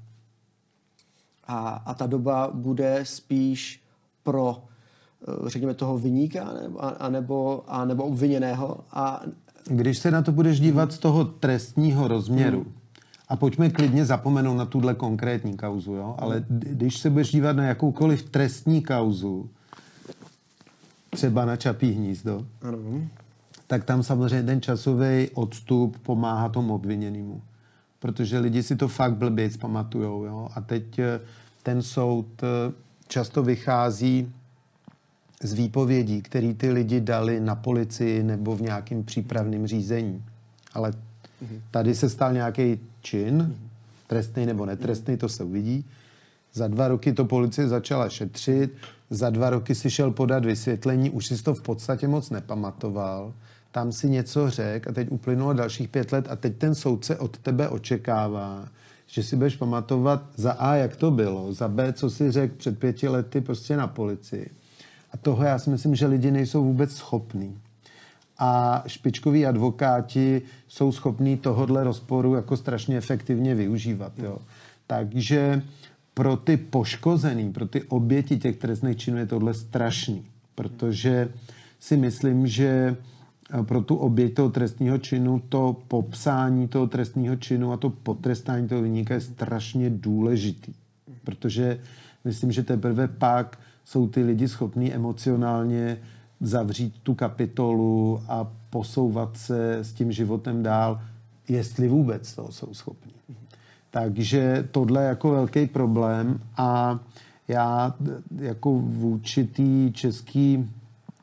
A ta doba bude spíš pro, řekněme, toho viníka anebo obviněného? Když se na to budeš dívat z toho trestního rozměru, a pojďme klidně zapomenout na tuhle konkrétní kauzu, jo? Ale když se budeš dívat na jakoukoliv trestní kauzu, třeba na Čapí hnízdo, ano, tak tam samozřejmě ten časový odstup pomáhá tomu obviněnému. Protože lidi si to fakt blbě pamatujou. Jo? A teď ten soud často vychází z výpovědí, které ty lidi dali na policii nebo v nějakém přípravném řízení. Ale tady se stal nějaký čin, trestný nebo netrestný, to se uvidí. Za 2 roky to policie začala šetřit, za 2 roky si šel podat vysvětlení, už si to v podstatě moc nepamatoval, tam si něco řekl a teď uplynulo dalších 5 let a teď ten soudce od tebe očekává, že si budeš pamatovat za A, jak to bylo, za B, co si řekl před 5 lety prostě na policii. A toho já si myslím, že lidi nejsou vůbec schopní. A špičkoví advokáti jsou schopní tohodle rozporu jako strašně efektivně využívat. Jo. Takže pro ty poškozený, pro ty oběti těch trestných činů je tohle strašný. Protože si myslím, že pro tu oběť toho trestního činu to popsání toho trestního činu a to potrestání toho viníka je strašně důležitý. Protože myslím, že teprve pak jsou ty lidi schopní emocionálně zavřít tu kapitolu a posouvat se s tím životem dál, jestli vůbec toho jsou schopní. Takže tohle je jako velký problém a já jako vůči té český,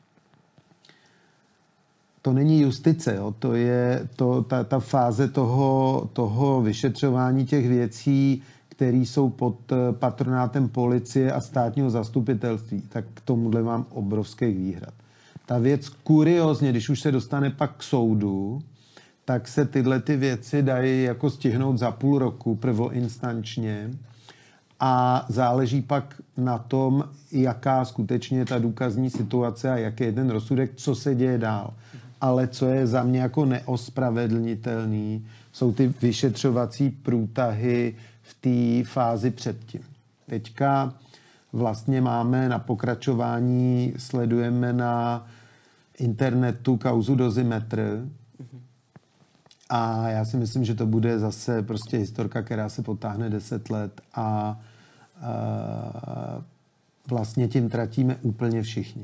to není justice, jo? To je ta fáze toho vyšetřování těch věcí, které jsou pod patronátem policie a státního zastupitelství, tak k tomuhle mám obrovských výhrad. Ta věc kuriózně, když už se dostane pak k soudu, tak se tyhle ty věci dají jako stihnout za půl roku prvoinstančně a záleží pak na tom, jaká skutečně je ta důkazní situace a jaký je ten rozsudek, co se děje dál. Ale co je za mě jako neospravedlnitelný, jsou ty vyšetřovací průtahy v té fázi předtím. Teďka vlastně máme na pokračování, sledujeme na internetu kauzu Dozimetr a já si myslím, že to bude zase prostě historka, která se potáhne 10 let a vlastně tím tratíme úplně všichni.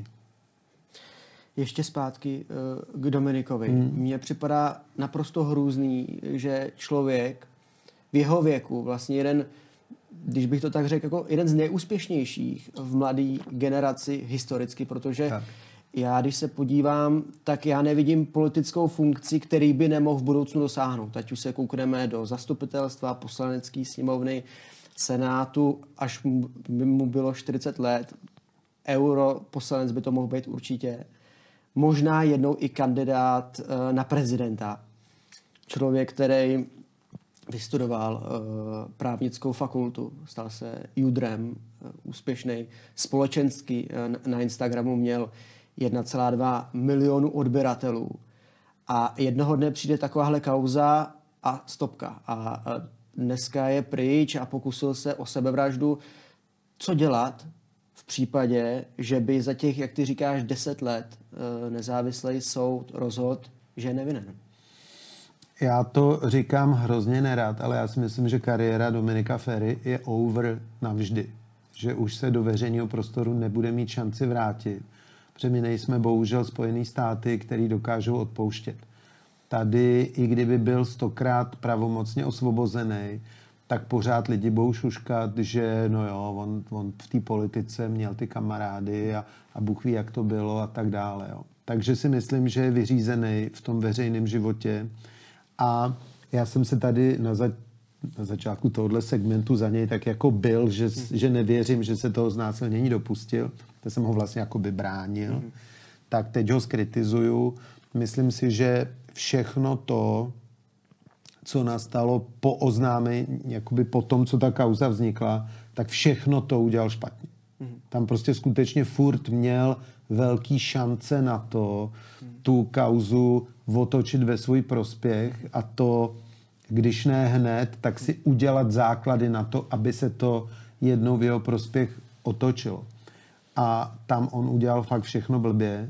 Ještě zpátky k Dominikovi. Mně připadá naprosto hrůzný, že člověk v jeho věku, vlastně jeden, když bych to tak řekl, jako jeden z nejúspěšnějších v mladé generaci historicky, protože já, když se podívám, tak já nevidím politickou funkci, který by nemohl v budoucnu dosáhnout. Ať už se koukneme do zastupitelstva, poslanecké sněmovny, senátu, až by mu bylo 40 let, europoslanec by to mohl být určitě. Možná jednou i kandidát na prezidenta. Člověk, který vystudoval právnickou fakultu, stal se judrem, úspěšný, společensky na Instagramu měl 1,2 milionu odběratelů. A jednoho dne přijde takováhle kauza a stopka. A dneska je pryč a pokusil se o sebevraždu. Co dělat v případě, že by za těch, jak ty říkáš, 10 let nezávislý soud rozhodl, že je nevinen? Já to říkám hrozně nerad, ale já si myslím, že kariéra Dominika Feri je over navždy. Že už se do veřejného prostoru nebude mít šanci vrátit. Protože my nejsme bohužel Spojený státy, který dokážou odpouštět. Tady, i kdyby byl 100krát pravomocně osvobozený, tak pořád lidi budou šuškat, že no jo, on v té politice měl ty kamarády a Bůh ví, jak to bylo a tak dále. Jo. Takže si myslím, že je vyřízený v tom veřejném životě. A já jsem se tady na začátku tohohle segmentu za něj tak jako byl, že nevěřím, že se toho znásilnění dopustil. To jsem ho vlastně jakoby bránil. Tak teď ho skritizuju. Myslím si, že všechno to, co nastalo po oznámení, jakoby po tom, co ta kauza vznikla, tak všechno to udělal špatně. Tam prostě skutečně furt měl velký šance na to, tu kauzu otočit ve svůj prospěch a to, když ne hned, tak si udělat základy na to, aby se to jednou v jeho prospěch otočilo. A tam on udělal fakt všechno blbě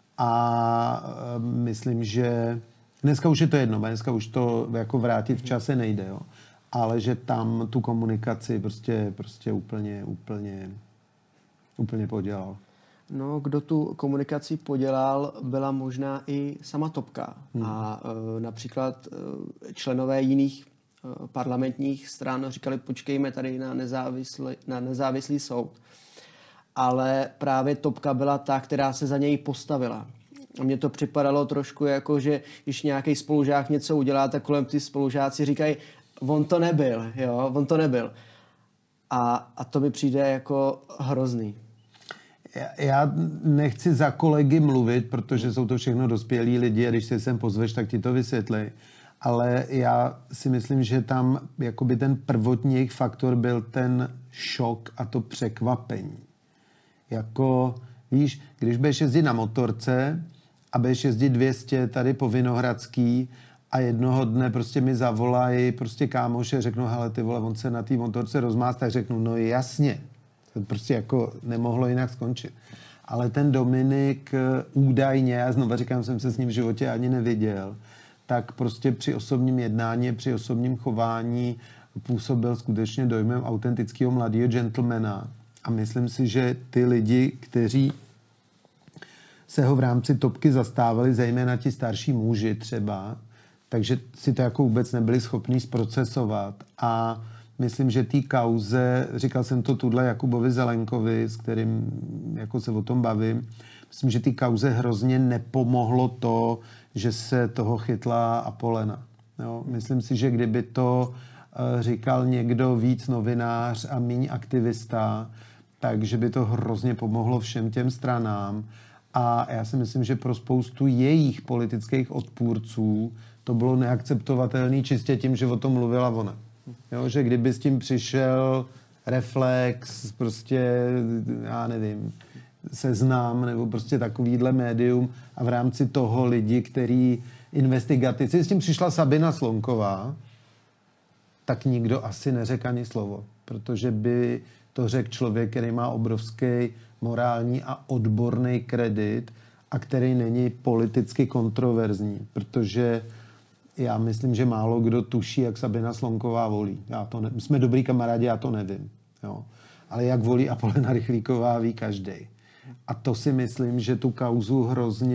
a myslím, že dneska už je to jedno, dneska už to jako vrátit v čase nejde, jo. Ale že tam tu komunikaci prostě úplně podělal. No, kdo tu komunikaci podělal, byla možná i sama Topka. A například členové jiných parlamentních stran říkali, počkejme tady na nezávislý soud. ale právě Topka byla ta, která se za něj postavila. A mně to připadalo trošku jako, že když nějaký spolužák něco udělá, tak kolem ty spolužáci říkají, on to nebyl, jo, on to nebyl. A to mi přijde jako hrozný. Já nechci za kolegy mluvit, protože jsou to všechno dospělí lidi a když se sem pozveš, tak ti to vysvětlí. Ale já si myslím, že tam jakoby ten prvotní jejich faktor byl ten šok a to překvapení. Jako, víš, když budeš jezdit na motorce a budeš jezdit 200 tady po Vinohradský a jednoho dne prostě mi zavolají prostě kámoše, řeknu, hele ty vole, on se na té motorce rozmást, tak řeknu, no jasně. To prostě jako nemohlo jinak skončit. Ale ten Dominik údajně, já znovu říkám, jsem se s ním v životě ani neviděl, tak prostě při osobním jednání, při osobním chování působil skutečně dojmem autentického mladého gentlemana. A myslím si, že ty lidi, kteří se ho v rámci Topky zastávali, zejména ti starší muži třeba, takže si to jako vůbec nebyli schopni zprocesovat. A myslím, že té kauze, říkal jsem to tudle Jakubovi Zelenkovi, s kterým jako se o tom bavím, myslím, že té kauze hrozně nepomohlo to, že se toho chytla Apolena. Jo? Myslím si, že kdyby to říkal někdo víc novinář a míň aktivista, takže by to hrozně pomohlo všem těm stranám. A já si myslím, že pro spoustu jejich politických odpůrců to bylo neakceptovatelné čistě tím, že o tom mluvila ona. Jo, že kdyby s tím přišel Reflex, prostě, já nevím, Seznam, nebo prostě takovýhle médium a v rámci toho lidi, který investigativci, s tím přišla Sabina Slonková, tak nikdo asi neřekl ani slovo, protože by to řekl člověk, který má obrovský morální a odborný kredit a který není politicky kontroverzní, protože já myslím, že málo kdo tuší, jak Sabina Slonková volí. My jsme dobrý kamarádi, já to nevím. Jo. Ale jak volí Apolena Rychlíková, ví každý. A to si myslím, že tu kauzu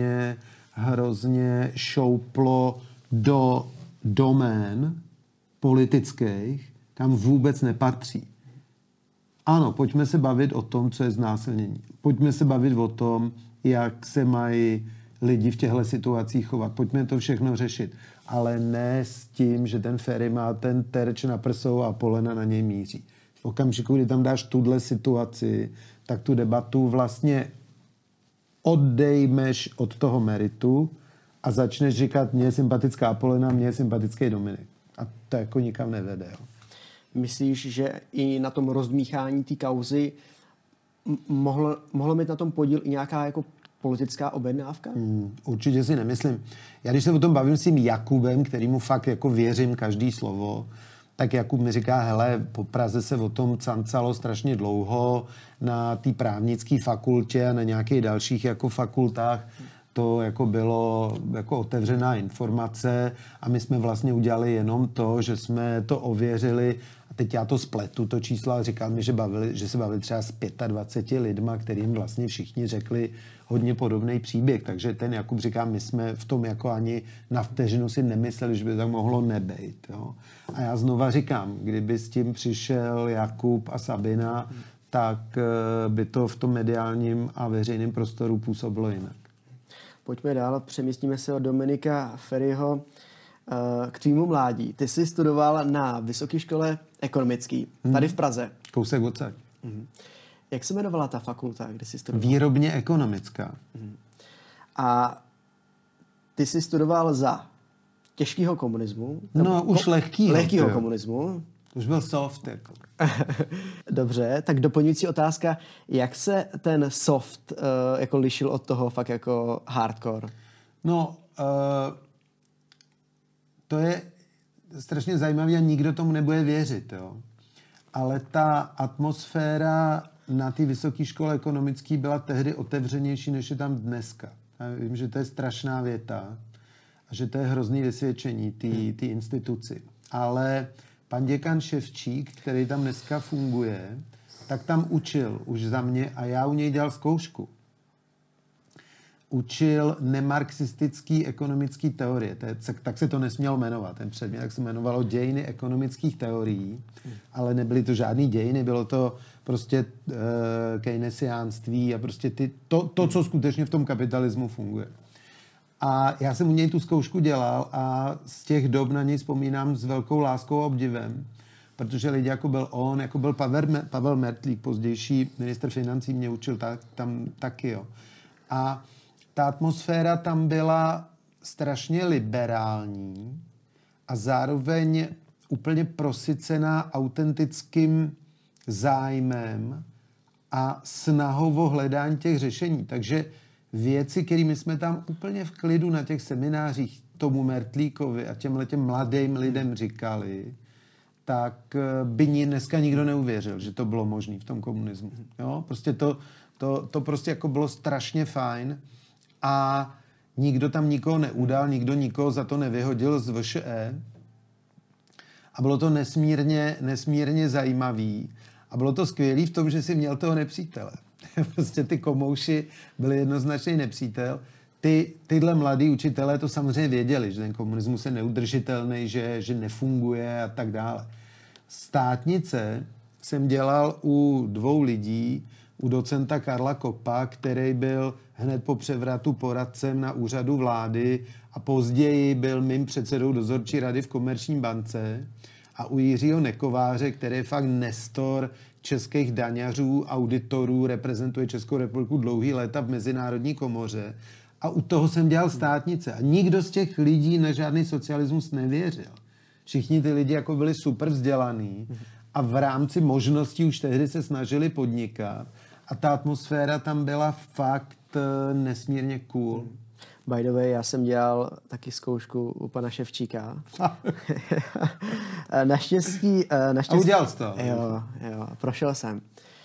hrozně šouplo do domén politických, kam vůbec nepatří. Ano, pojďme se bavit o tom, co je znásilnění. Pojďme se bavit o tom, jak se mají lidi v těchto situacích chovat. Pojďme to všechno řešit. Ale ne s tím, že ten Ferry má ten terč na prsou a Apolena na něj míří. V okamžiku, kdy tam dáš tuhle situaci, tak tu debatu vlastně oddejmeš od toho meritu a začneš říkat, mně je sympatická Apolena, mně je sympatický Dominik. A to jako nikam nevede. Jo. Myslíš, že i na tom rozdmíchání té kauzy mohlo mít na tom podíl i nějaká jako politická objednávka? Určitě si nemyslím. Já když se o tom bavím s tím Jakubem, kterýmu fakt jako věřím každý slovo, tak Jakub mi říká, hele, po Praze se o tom cancalo strašně dlouho, na té právnické fakultě a na nějakých dalších jako fakultách to jako bylo jako otevřená informace a my jsme vlastně udělali jenom to, že jsme to ověřili a teď já to spletu, to číslo, a říkal mi, že se bavili třeba s 25 lidma, kterým vlastně všichni řekli hodně podobný příběh, takže ten Jakub říká, my jsme v tom jako ani na vteřinu si nemysleli, že by tak mohlo nebejt. Jo. A já znova říkám, kdyby s tím přišel Jakub a Sabina, tak by to v tom mediálním a veřejném prostoru působilo jinak. Pojďme dál, přemístíme se od Dominika Ferryho k tvýmu mládí. Ty jsi studoval na Vysoké škole ekonomický, tady v Praze. Kousek odsaď. Jak se jmenovala ta fakulta, kde jsi studoval? Výrobně ekonomická. A ty jsi studoval za těžkého komunismu? No, už lehkýho. Lehkýho komunismu. Už byl soft, jako. Dobře, tak doplňující otázka, jak se ten soft jako lišil od toho fakt jako hardcore? No, to je strašně zajímavé a nikdo tomu nebude věřit, jo. Ale ta atmosféra na té vysoké škole ekonomické byla tehdy otevřenější, než je tam dneska. Já vím, že to je strašná věta a že to je hrozný vysvědčení té instituci. Ale pan děkan Ševčík, který tam dneska funguje, tak tam učil už za mě a já u něj dělal zkoušku. učil nemarxistický ekonomický teorie. Tak se to nesmělo jmenovat, ten předmět, tak se jmenovalo dějiny ekonomických teorií, ale nebyly to žádný dějiny, bylo to prostě keynesiánství a prostě to, co skutečně v tom kapitalismu funguje. A já jsem u něj tu zkoušku dělal a z těch dob na něj vzpomínám s velkou láskou a obdivem, protože lidi jako byl on, jako byl Pavel Mertlík, pozdější ministr financí, mě učil tam taky, jo. A ta atmosféra tam byla strašně liberální a zároveň úplně prosycená autentickým zájmem a snahou o hledání těch řešení. Takže věci, kterými jsme tam úplně v klidu na těch seminářích tomu Mertlíkovi a těmhletěm mladým lidem říkali, tak by dneska nikdo neuvěřil, že to bylo možné v tom komunismu. Jo? Prostě to prostě jako bylo strašně fajn a nikdo tam nikoho neudal, nikdo nikoho za to nevyhodil z VŠE a bylo to nesmírně zajímavý a bylo to skvělý v tom, že si měl toho nepřítele. Prostě ty komouši byli jednoznačný nepřítel. Tyhle mladí učitelé to samozřejmě věděli, že ten komunismus je neudržitelný, že nefunguje a tak dále. Státnice jsem dělal u 2 lidí, u docenta Karla Kopa, který byl hned po převratu poradcem na úřadu vlády a později byl mým předsedou dozorčí rady v Komerční bance, a u Jiřího Nekováře, který je fakt nestor českých daňařů, auditorů, reprezentuje Českou republiku dlouhý léta v Mezinárodní komoře. A u toho jsem dělal státnice. A nikdo z těch lidí na žádný socialismus nevěřil. Všichni ty lidi jako byli super vzdělaný a v rámci možností už tehdy se snažili podnikat. A ta atmosféra tam byla fakt nesmírně cool. By the way, já jsem dělal taky zkoušku u pana Ševčíka. Naštěstí... A udělal jsi to? Jo, prošel jsem.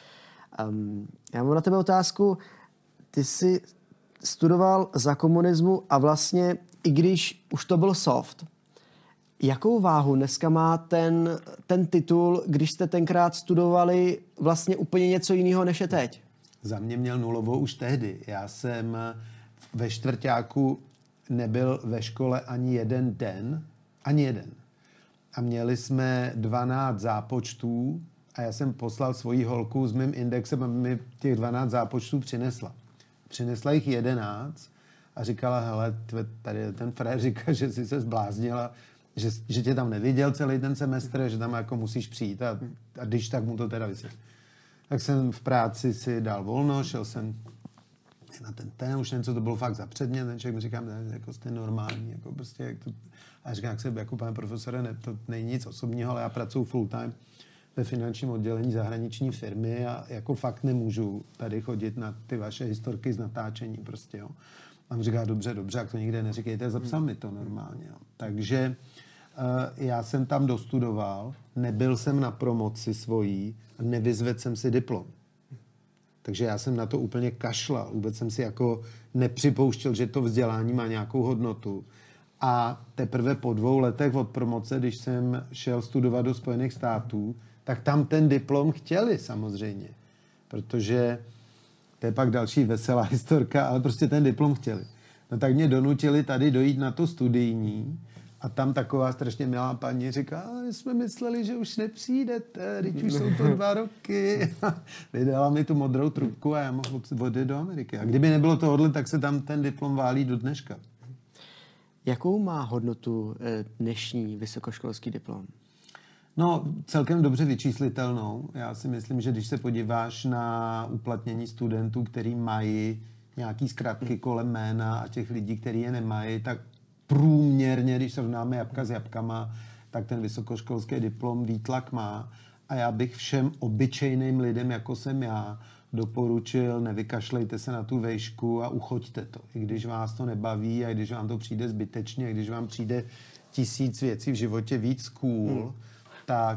Já mám na tebe otázku. Ty jsi studoval za komunismu a vlastně, i když už to byl soft, jakou váhu dneska má ten titul, když jste tenkrát studovali vlastně úplně něco jiného, než je teď? Za mě měl nulovou už tehdy. Já jsem ve čtvrťáku nebyl ve škole ani jeden den. Ani jeden. A měli jsme 12 zápočtů a já jsem poslal svoji holku s mým indexem a mi těch 12 zápočtů přinesla. Přinesla jich 11 a říkala, hele, tady ten frér říká, že jsi se zbláznila, že tě tam neviděl celý ten semestr, že tam jako musíš přijít a když tak mu to teda vysvětlí. Tak jsem v práci si dal volno, šel jsem na ten už něco, to bylo fakt za předmět, ten člověk mi říká, jako jste normální, jako prostě, jak to, a říkám, jako pane profesore, to není nic osobního, ale já pracuji full time ve finančním oddělení zahraniční firmy a jako fakt nemůžu tady chodit na ty vaše historky z natáčení prostě, jo. A on říká, dobře, jak to nikde neříkejte, zapsal mi to normálně, jo. Takže já jsem tam dostudoval, nebyl jsem na promoci svojí a nevyzvedl jsem si diplom. Takže já jsem na to úplně kašlal. Vůbec jsem si jako nepřipouštěl, že to vzdělání má nějakou hodnotu. A teprve po 2 letech od promoce, když jsem šel studovat do Spojených států, tak tam ten diplom chtěli samozřejmě. Protože to je pak další veselá historka, ale prostě ten diplom chtěli. No tak mě donutili tady dojít na to studijní a tam taková strašně milá paní říká, ale jsme mysleli, že už nepřijdete, teď už jsou to 2 roky. Vydala mi tu modrou trubku a já mohl odjet do Ameriky. A kdyby nebylo tohodle, tak se tam ten diplom válí do dneška. Jakou má hodnotu dnešní vysokoškolský diplom? No, celkem dobře vyčíslitelnou. Já si myslím, že když se podíváš na uplatnění studentů, který mají nějaký zkratky kolem jména a těch lidí, kteří je nemají, tak průměrně, když srovnáme jabka s jabkama, tak ten vysokoškolský diplom výtlak má. A já bych všem obyčejným lidem, jako jsem já, doporučil, nevykašlejte se na tu vejšku a uchoďte to. I když vás to nebaví a když vám to přijde zbytečně, a když vám přijde 1000 věcí v životě víc cool, tak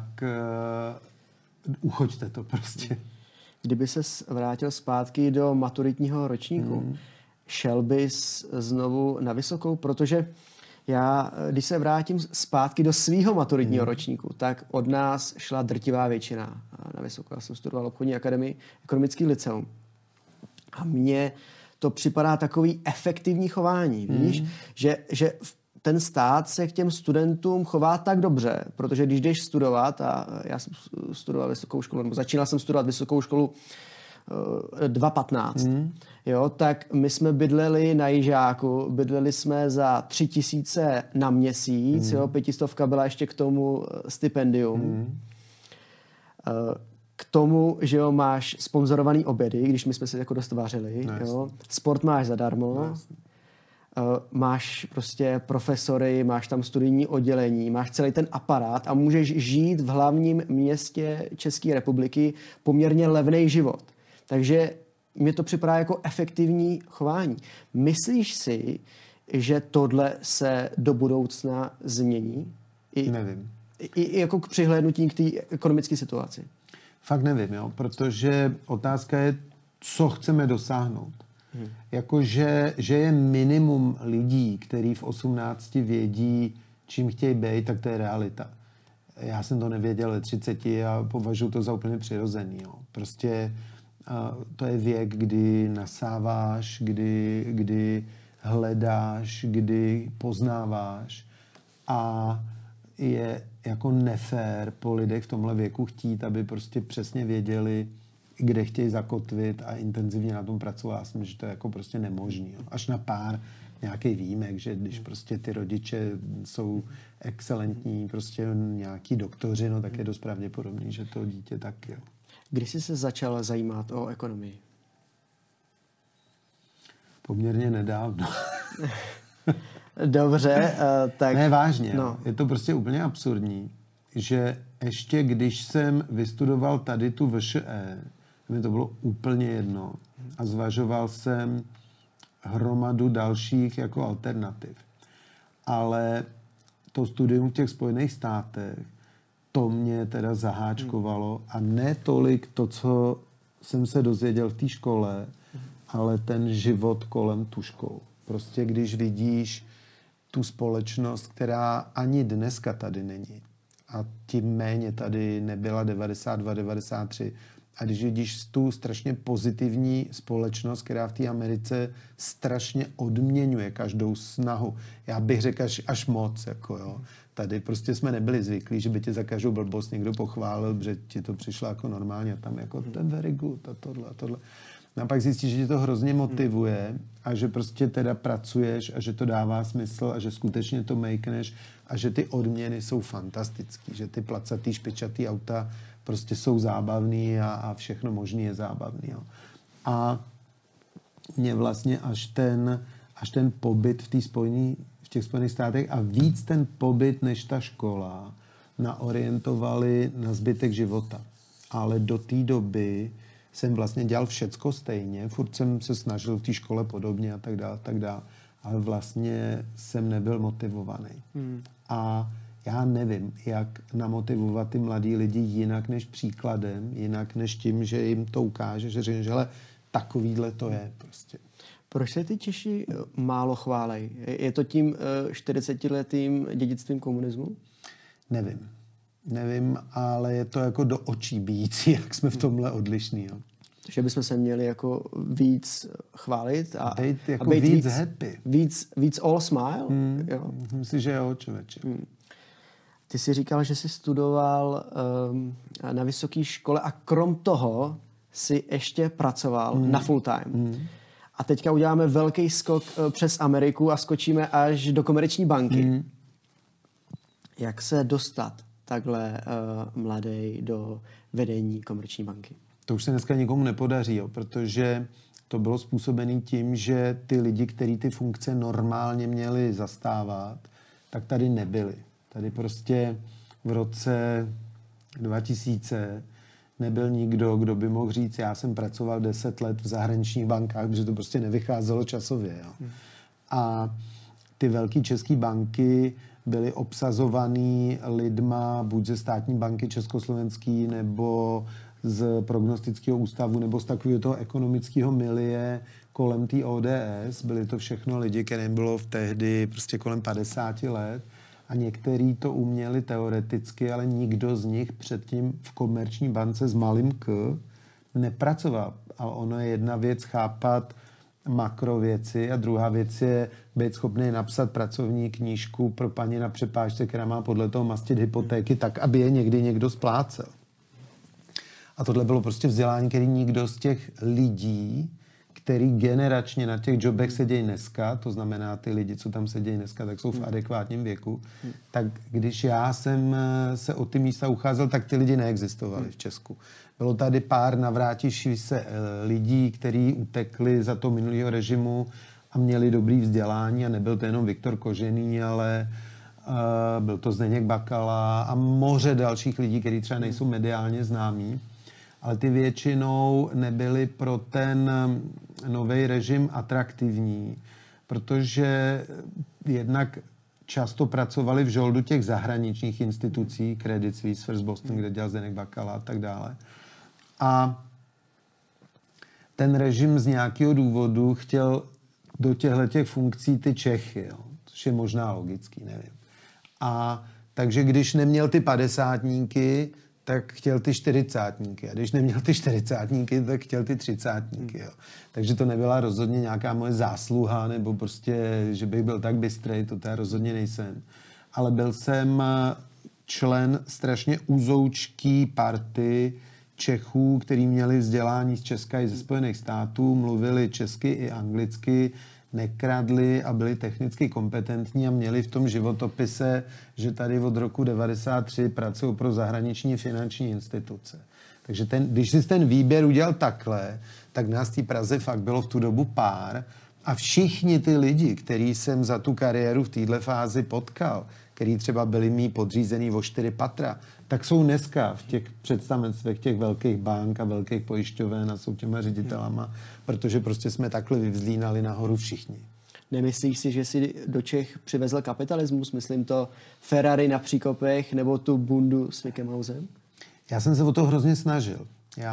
uchoďte to prostě. Kdyby ses vrátil zpátky do maturitního ročníku, šel bys znovu na vysokou? Protože já, když se vrátím zpátky do svýho maturitního ročníku, tak od nás šla drtivá většina na vysokou. Já jsem studoval obchodní akademii, ekonomický liceum. A mě to připadá takový efektivní chování, víš? Že ten stát se k těm studentům chová tak dobře, protože když jdeš studovat, a já jsem studoval vysokou školu, nebo začínal jsem studovat vysokou školu 2015, jo, tak my jsme bydleli na Jižáku, bydleli jsme za 3 000 na měsíc, jo, 500 byla ještě k tomu stipendium. K tomu, že jo, máš sponzorovaný obědy, když my jsme se jako dost vařili, jo, sport máš zadarmo, máš prostě profesory, máš tam studijní oddělení, máš celý ten aparát a můžeš žít v hlavním městě České republiky poměrně levný život. Takže mně to připadá jako efektivní chování. Myslíš si, že tohle se do budoucna změní? Nevím. I jako k přihlédnutí k té ekonomické situaci? Fakt nevím, jo, protože otázka je, co chceme dosáhnout. Jakože že je minimum lidí, který v 18 vědí, čím chtějí být, tak to je realita. Já jsem to nevěděl ve 30 a považuji to za úplně přirozený. Jo. Prostě to je věk, kdy nasáváš, kdy hledáš, kdy poznáváš a je jako nefér po lidech v tomhle věku chtít, aby prostě přesně věděli, kde chtějí zakotvit a intenzivně na tom pracovat. Já myslím, že to je jako prostě nemožný. Jo. Až na pár nějaký výjimek, že když prostě ty rodiče jsou excelentní, prostě nějaký doktoři, no tak je dost pravděpodobný, že to dítě tak, jo. Kdy jsi se začal zajímat o ekonomii? Poměrně nedávno. Dobře, tak... Ne, vážně. No. Je to prostě úplně absurdní, že ještě když jsem vystudoval tady tu VŠE, mi to bylo úplně jedno a zvažoval jsem hromadu dalších jako alternativ. Ale to studium v těch Spojených státech, to mě teda zaháčkovalo a ne tolik to, co jsem se dozvěděl v té škole, ale ten život kolem tu školu. Prostě když vidíš tu společnost, která ani dneska tady není a tím méně tady nebyla 92, 93, a když vidíš tu strašně pozitivní společnost, která v té Americe strašně odměňuje každou snahu. Já bych řekl až moc, jako jo. Tady prostě jsme nebyli zvyklí, že by tě za každou blbost někdo pochválil, že ti to přišlo jako normálně a tam jako to je very good a tohle. No a pak zjistíš, že tě to hrozně motivuje a že prostě teda pracuješ a že to dává smysl a že skutečně to makeneš a že ty odměny jsou fantastický, že ty placatý, špičatý auta prostě jsou zábavný a všechno možný je zábavný. Jo. A mě vlastně až ten pobyt v těch Spojených státech a víc ten pobyt než ta škola naorientovali na zbytek života. Ale do té doby jsem vlastně dělal všecko stejně, furt jsem se snažil v té škole podobně a tak dále, ale vlastně jsem nebyl motivovaný. A já nevím, jak namotivovat ty mladý lidi jinak než příkladem, jinak než tím, že jim to ukáže, že řekne, že hele, takovýhle to je prostě. Proč se ty Češi málo chválej? Je to tím 40letým dědictvím komunismu? Nevím, ale je to jako do očí bíjící, jak jsme v tomhle odlišní. Jo. Že bychom se měli jako víc chválit a být víc happy. Víc all smile? Jo. Myslím, že jo, člověče. Ty jsi říkal, že jsi studoval na vysoké škole a krom toho jsi ještě pracoval na full time. A teďka uděláme velký skok přes Ameriku a skočíme až do Komerční banky. Jak se dostat takhle mladý do vedení Komerční banky? To už se dneska nikomu nepodaří, jo, protože to bylo způsobené tím, že ty lidi, kteří ty funkce normálně měli zastávat, tak tady nebyli. Tady prostě v roce 2000 nebyl nikdo, kdo by mohl říct, já jsem pracoval 10 let v zahraničních bankách, protože to prostě nevycházelo časově. Jo. A ty velké české banky byly obsazovaný lidma buď ze státní banky československý, nebo z prognostického ústavu, nebo z takového toho ekonomického milie kolem té ODS. Byly to všechno lidi, kterým bylo v tehdy prostě kolem 50 let. A někteří to uměli teoreticky, ale nikdo z nich předtím v Komerční bance s malým K nepracoval. A ono je jedna věc chápat makrověci a druhá věc je být schopný napsat pracovní knížku pro paní na přepážce, která má podle toho mastit hypotéky tak, aby je někdy někdo splácel. A tohle bylo prostě vzdělání, který nikdo z těch lidí, který generačně na těch jobech sedějí dneska, to znamená ty lidi, co tam sedějí dneska, tak jsou v adekvátním věku, tak když já jsem se o ty místa ucházel, tak ty lidi neexistovali v Česku. Bylo tady pár navrátivších se lidí, kteří utekli za to minulého režimu a měli dobrý vzdělání a nebyl to jenom Viktor Kožený, ale byl to Zdeněk Bakala a moře dalších lidí, kteří třeba nejsou mediálně známí. Ale ty většinou nebyly pro ten nový režim atraktivní, protože jednak často pracovali v žoldu těch zahraničních institucí, Credit Suisse, First Boston, kde dělal Zdeněk Bakala a tak dále. A ten režim z nějakého důvodu chtěl do těchto funkcí ty Čechy, jo, což je možná logický, nevím. A takže když neměl ty padesátníky, tak chtěl ty čtyřicátníky. A když neměl ty čtyřicátníky, tak chtěl ty třicátníky. Jo. Takže to nebyla rozhodně nějaká moje zásluha, nebo prostě, že bych byl tak bystrej, to já rozhodně nejsem. Ale byl jsem člen strašně uzoučký party Čechů, který měli vzdělání z Česka i ze Spojených států, mluvili česky i anglicky, nekradli a byli technicky kompetentní a měli v tom životopise, že tady od roku 1993 pracují pro zahraniční finanční instituce. Takže když jsi ten výběr udělal takhle, tak nás v té Praze fakt bylo v tu dobu pár a všichni ty lidi, který jsem za tu kariéru v této fázi potkal, který třeba byli mý podřízený o 4 patra, tak jsou dneska v těch představenstvech těch velkých bank a velkých pojišťoven a jsou těma ředitelama, protože prostě jsme takhle vyvzlínali nahoru všichni. Nemyslíš si, že si do Čech přivezl kapitalismus? Myslím to Ferrari na příkopech nebo tu bundu s Mickey Mousem? Já jsem se o to hrozně snažil.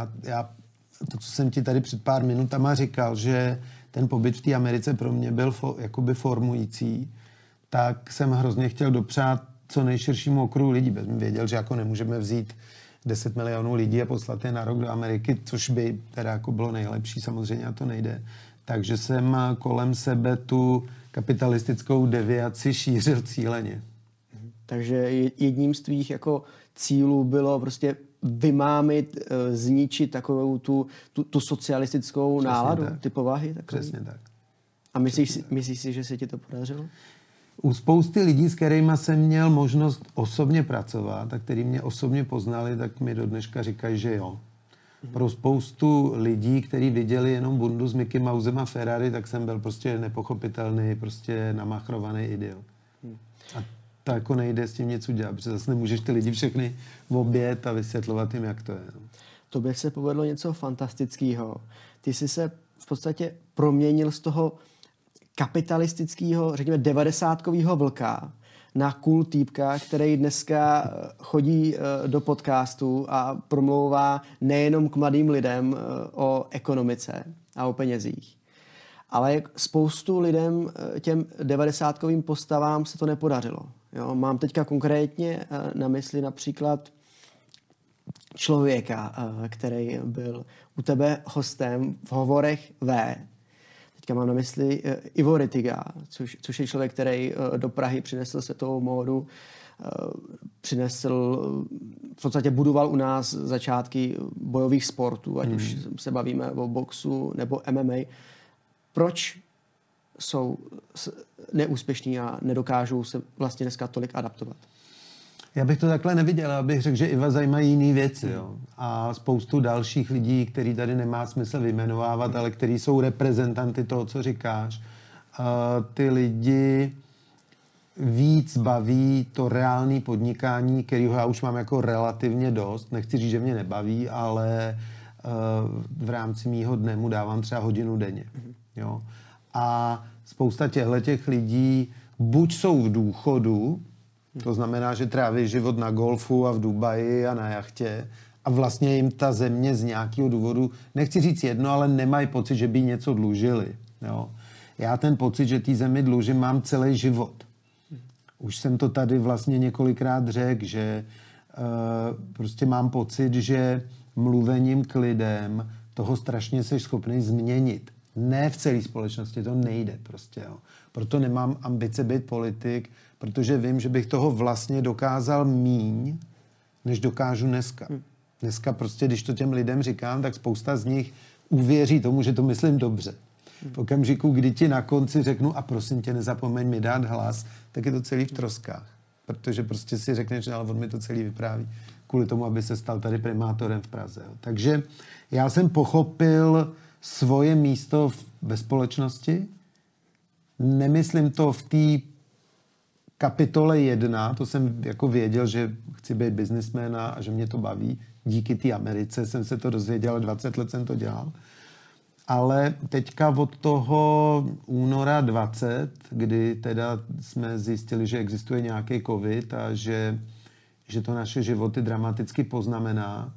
To, co jsem ti tady před pár minutama říkal, že ten pobyt v té Americe pro mě byl jakoby formující, tak jsem hrozně chtěl dopřát co nejširšímu okruhu lidí. Bez mě věděl, že jako nemůžeme vzít 10 milionů lidí a poslat je na rok do Ameriky, což by teda jako bylo nejlepší, samozřejmě a to nejde. Takže jsem kolem sebe tu kapitalistickou deviaci šířil cíleně. Takže jedním z tvých jako cílů bylo prostě vymámit, zničit takovou tu socialistickou Přesně náladu, tak. ty povahy? Takový. Přesně tak. A myslíš si, že se ti to podařilo? U spousty lidí, s kterými jsem měl možnost osobně pracovat a který mě osobně poznali, tak mi do dneška říkají, že jo. Pro spoustu lidí, kteří viděli jenom bundu s Mickey Mousem a Ferrari, tak jsem byl prostě nepochopitelný, prostě namachrovaný idiot. A to jako nejde s tím něco dělat, protože zase nemůžeš ty lidi všechny objet a vysvětlovat jim, jak to je. Tobě se povedlo něco fantastického. Ty jsi se v podstatě proměnil z toho kapitalistického, řekněme, 90kového vlka na cool týpka, který dneska chodí do podcastu a promlouvá nejenom k mladým lidem o ekonomice a o penězích. Ale spoustu lidem, těm 90kovým postavám se to nepodařilo. Jo? Mám teďka konkrétně na mysli například člověka, který byl u tebe hostem v Hovorech V. Teďka mám na mysli Ivo Rittiga, což je člověk, který do Prahy přinesl světovou módu, v podstatě budoval u nás začátky bojových sportů, ať už se bavíme o boxu nebo MMA. Proč jsou neúspěšní a nedokážou se vlastně dneska tolik adaptovat? Já bych to takhle neviděl, abych řekl, že Iva zajímají jiný věci. Jo. A spoustu dalších lidí, který tady nemá smysl vyjmenovávat, ale který jsou reprezentanty toho, co říkáš. Ty lidi víc baví to reálné podnikání, kterého já už mám jako relativně dost. Nechci říct, že mě nebaví, ale v rámci mýho dne mu dávám třeba hodinu denně. Jo. A spousta těch lidí buď jsou v důchodu, to znamená, že tráví život na golfu a v Dubaji a na jachtě a vlastně jim ta země z nějakého důvodu, nechci říct jedno, ale nemají pocit, že by něco dlužili. Jo. Já ten pocit, že té zemi dlužím, mám celý život. Už jsem to tady vlastně několikrát řekl, že prostě mám pocit, že mluvením k lidem toho strašně jsi schopný změnit. Ne v celé společnosti, to nejde prostě. Jo. Proto nemám ambice být politik, protože vím, že bych toho vlastně dokázal míň, než dokážu dneska. Dneska prostě, když to těm lidem říkám, tak spousta z nich uvěří tomu, že to myslím dobře. V okamžiku, kdy ti na konci řeknu a prosím tě, nezapomeň mi dát hlas, tak je to celý v troskách. Protože prostě si řekneš, ale on mi to celý vypráví kvůli tomu, aby se stal tady primátorem v Praze. Jo. Takže já jsem pochopil svoje místo ve společnosti. Nemyslím to v té kapitole 1, to jsem jako věděl, že chci být businessman a že mě to baví. Díky té Americe jsem se to dozvěděl, 20 let jsem to dělal. Ale teďka od toho února 20, kdy teda jsme zjistili, že existuje nějaký covid a že to naše životy dramaticky poznamená,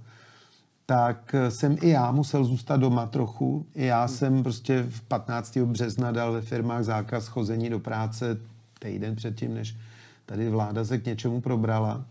tak jsem i já musel zůstat doma trochu. I já jsem prostě v 15. března dal ve firmách zákaz chození do práce týden předtím, než tady vláda se k něčemu probrala.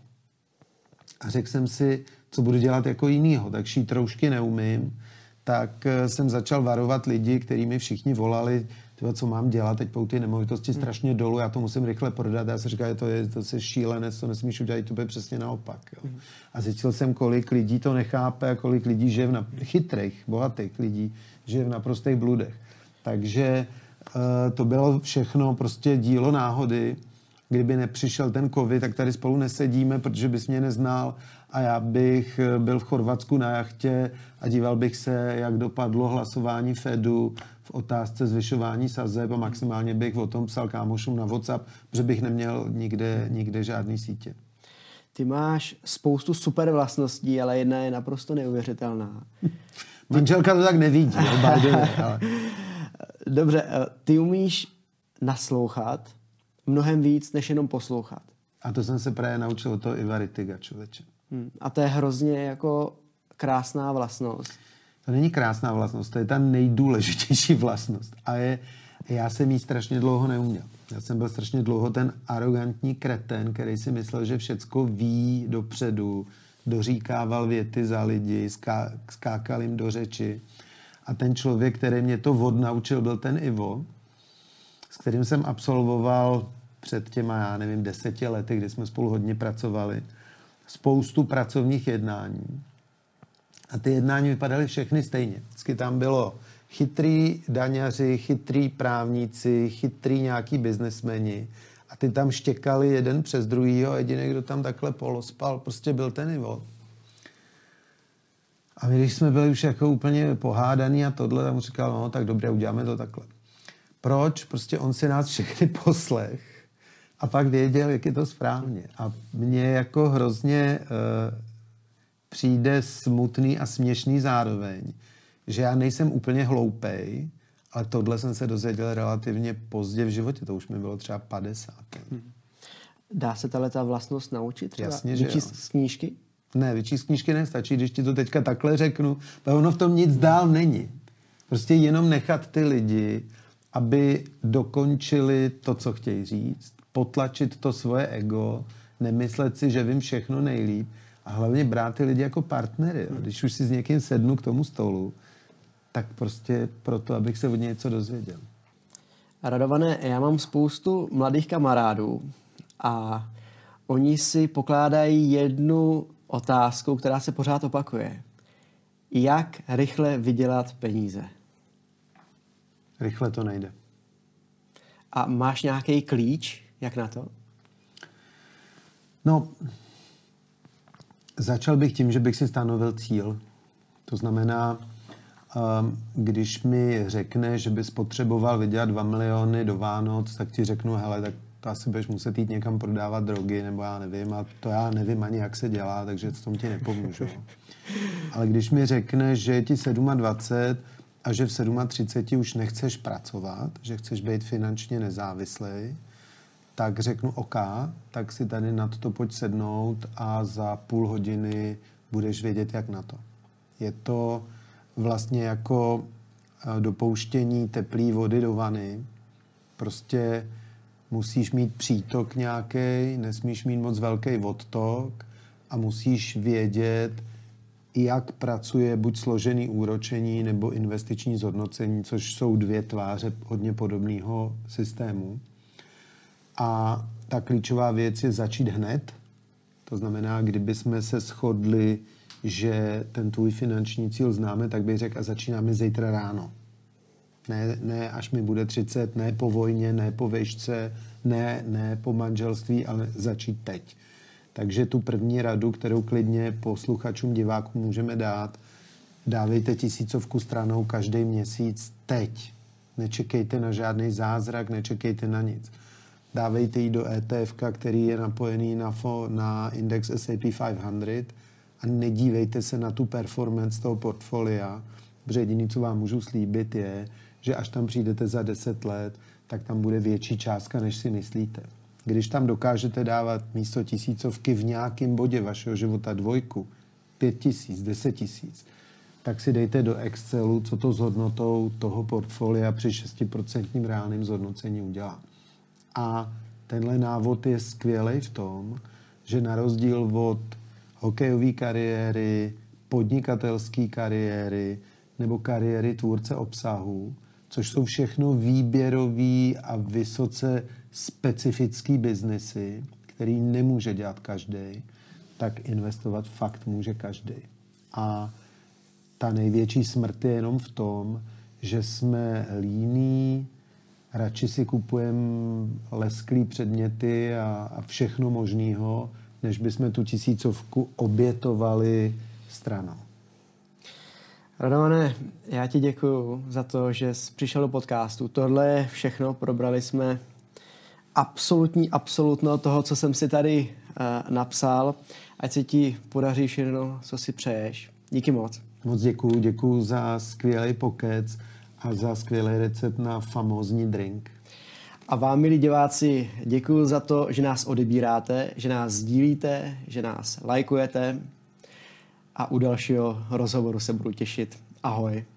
A řekl jsem si, co budu dělat jako jinýho. Tak šít roušky neumím. Tak jsem začal varovat lidi, kteří mi všichni volali, co mám dělat, teď pou ty nemovitosti strašně dolů, já to musím rychle prodat. Já se říkal, to je šílenec, to nesmíš udělat, to bude přesně naopak. Jo. A zjistil jsem, kolik lidí to nechápe a kolik lidí žije chytrých, bohatých lidí žije v naprostých bludech. Takže to bylo všechno prostě dílo náhody. Kdyby nepřišel ten covid, tak tady spolu nesedíme, protože bys mě neznal a já bych byl v Chorvatsku na jachtě a díval bych se, jak dopadlo hlasování Fedu v otázce zvyšování sazeb a maximálně bych o tom psal kámošům na WhatsApp, protože bych neměl nikde žádný sítě. Ty máš spoustu super vlastností, ale jedna je naprosto neuvěřitelná. Manželka to tak nevidí. Ale... Dobře, ty umíš naslouchat mnohem víc, než jenom poslouchat. A to jsem se právě naučil od toho Iva Rittiga, člověče. A to je hrozně jako krásná vlastnost. To není krásná vlastnost, to je ta nejdůležitější vlastnost. A já jsem jí strašně dlouho neuměl. Já jsem byl strašně dlouho ten arrogantní kreten, který si myslel, že všecko ví dopředu, doříkával věty za lidi, skákal jim do řeči. A ten člověk, který mě to odnaučil, byl ten Ivo, s kterým jsem absolvoval před těma, 10 lety, kdy jsme spolu hodně pracovali, spoustu pracovních jednání. A ty jednání vypadaly všechny stejně. Vždycky tam bylo chytrý daňaři, chytrý právníci, chytrý nějaký biznesmeni a ty tam štěkali jeden přes druhýho a jediný, kdo tam takhle polospal, prostě byl ten Ivo. A my, když jsme byli už jako úplně pohádaný a tohle, tak mu říkal, no tak dobré, uděláme to takhle. Proč? Prostě on si nás všechny poslech a pak věděl, jak je to správně. A mně jako hrozně přijde smutný a směšný zároveň, že já nejsem úplně hloupej, ale tohle jsem se dozvěděl relativně pozdě v životě. To už mi bylo třeba 50. Dá se ta vlastnost naučit? Třeba jasně, že vyčíst z knížky? Ne, vyčíst knížky nestačí, když ti to teďka takhle řeknu. Ono v tom nic dál není. Prostě jenom nechat ty lidi, aby dokončili to, co chtějí říct, potlačit to svoje ego, nemyslet si, že vím všechno nejlíp a hlavně brát ty lidi jako partnery. Když už si s někým sednu k tomu stolu, tak prostě proto, abych se od něj něco dozvěděl. Radované, já mám spoustu mladých kamarádů a oni si pokládají jednu otázku, která se pořád opakuje. Jak rychle vydělat peníze? Rychle to nejde. A máš nějaký klíč, jak na to? No, začal bych tím, že bych si stanovil cíl. To znamená, když mi řekne, že bys potřeboval vydělat 2 miliony do Vánoc, tak ti řeknu, hele, tak to asi budeš muset jít někam prodávat drogy, nebo já nevím, a to já nevím ani, jak se dělá, takže s tom ti nepomůžu. Ale když mi řekne, že je ti 27 a že v 37 už nechceš pracovat, že chceš být finančně nezávislý, tak řeknu OK, tak si tady nad to pojď sednout a za půl hodiny budeš vědět, jak na to. Je to vlastně jako dopouštění teplé vody do vany. Prostě musíš mít přítok nějaký, nesmíš mít moc velký odtok a musíš vědět, jak pracuje buď složený úročení nebo investiční zhodnocení, což jsou dvě tváře hodně podobného systému. A ta klíčová věc je začít hned. To znamená, kdyby jsme se shodli, že ten tvůj finanční cíl známe, tak bych řekl, a začínáme zítra ráno. Ne až mi bude 30, ne po vojně, ne po vejšce, ne po manželství, ale začít teď. Takže tu první radu, kterou klidně posluchačům, divákům můžeme dát, dávejte 1000 stranou každý měsíc teď. Nečekejte na žádný zázrak, nečekejte na nic. Dávejte ji do ETF, který je napojený na index S&P 500 a nedívejte se na tu performance toho portfolia, protože jediné, co vám můžu slíbit, je, že až tam přijdete za 10 let, tak tam bude větší částka, než si myslíte. Když tam dokážete dávat místo 1000 v nějakém bodě vašeho života 2, 5000, 10 000, tak si dejte do Excelu, co to s hodnotou toho portfolia při 6% reálným zhodnocení udělá. A tenhle návod je skvělej v tom, že na rozdíl od hokejové kariéry, podnikatelské kariéry nebo kariéry tvůrce obsahu, což jsou všechno výběrový a vysoce specifický biznesy, který nemůže dělat každý, tak investovat fakt může každý. A ta největší smrt je jenom v tom, že jsme líní, radši si kupujeme lesklý předměty a všechno možného, než bychom tu 1000 obětovali stranou. Radovane, já ti děkuju za to, že jsi přišel do podcastu. Tohle je všechno, probrali jsme absolutno toho, co jsem si tady napsal. Ať se ti podaří všechno, co si přeješ. Díky moc. Moc děkuju za skvělý pokec a za skvělý recept na famózní drink. A vám, milí diváci, děkuju za to, že nás odebíráte, že nás sdílíte, že nás lajkujete a u dalšího rozhovoru se budu těšit. Ahoj.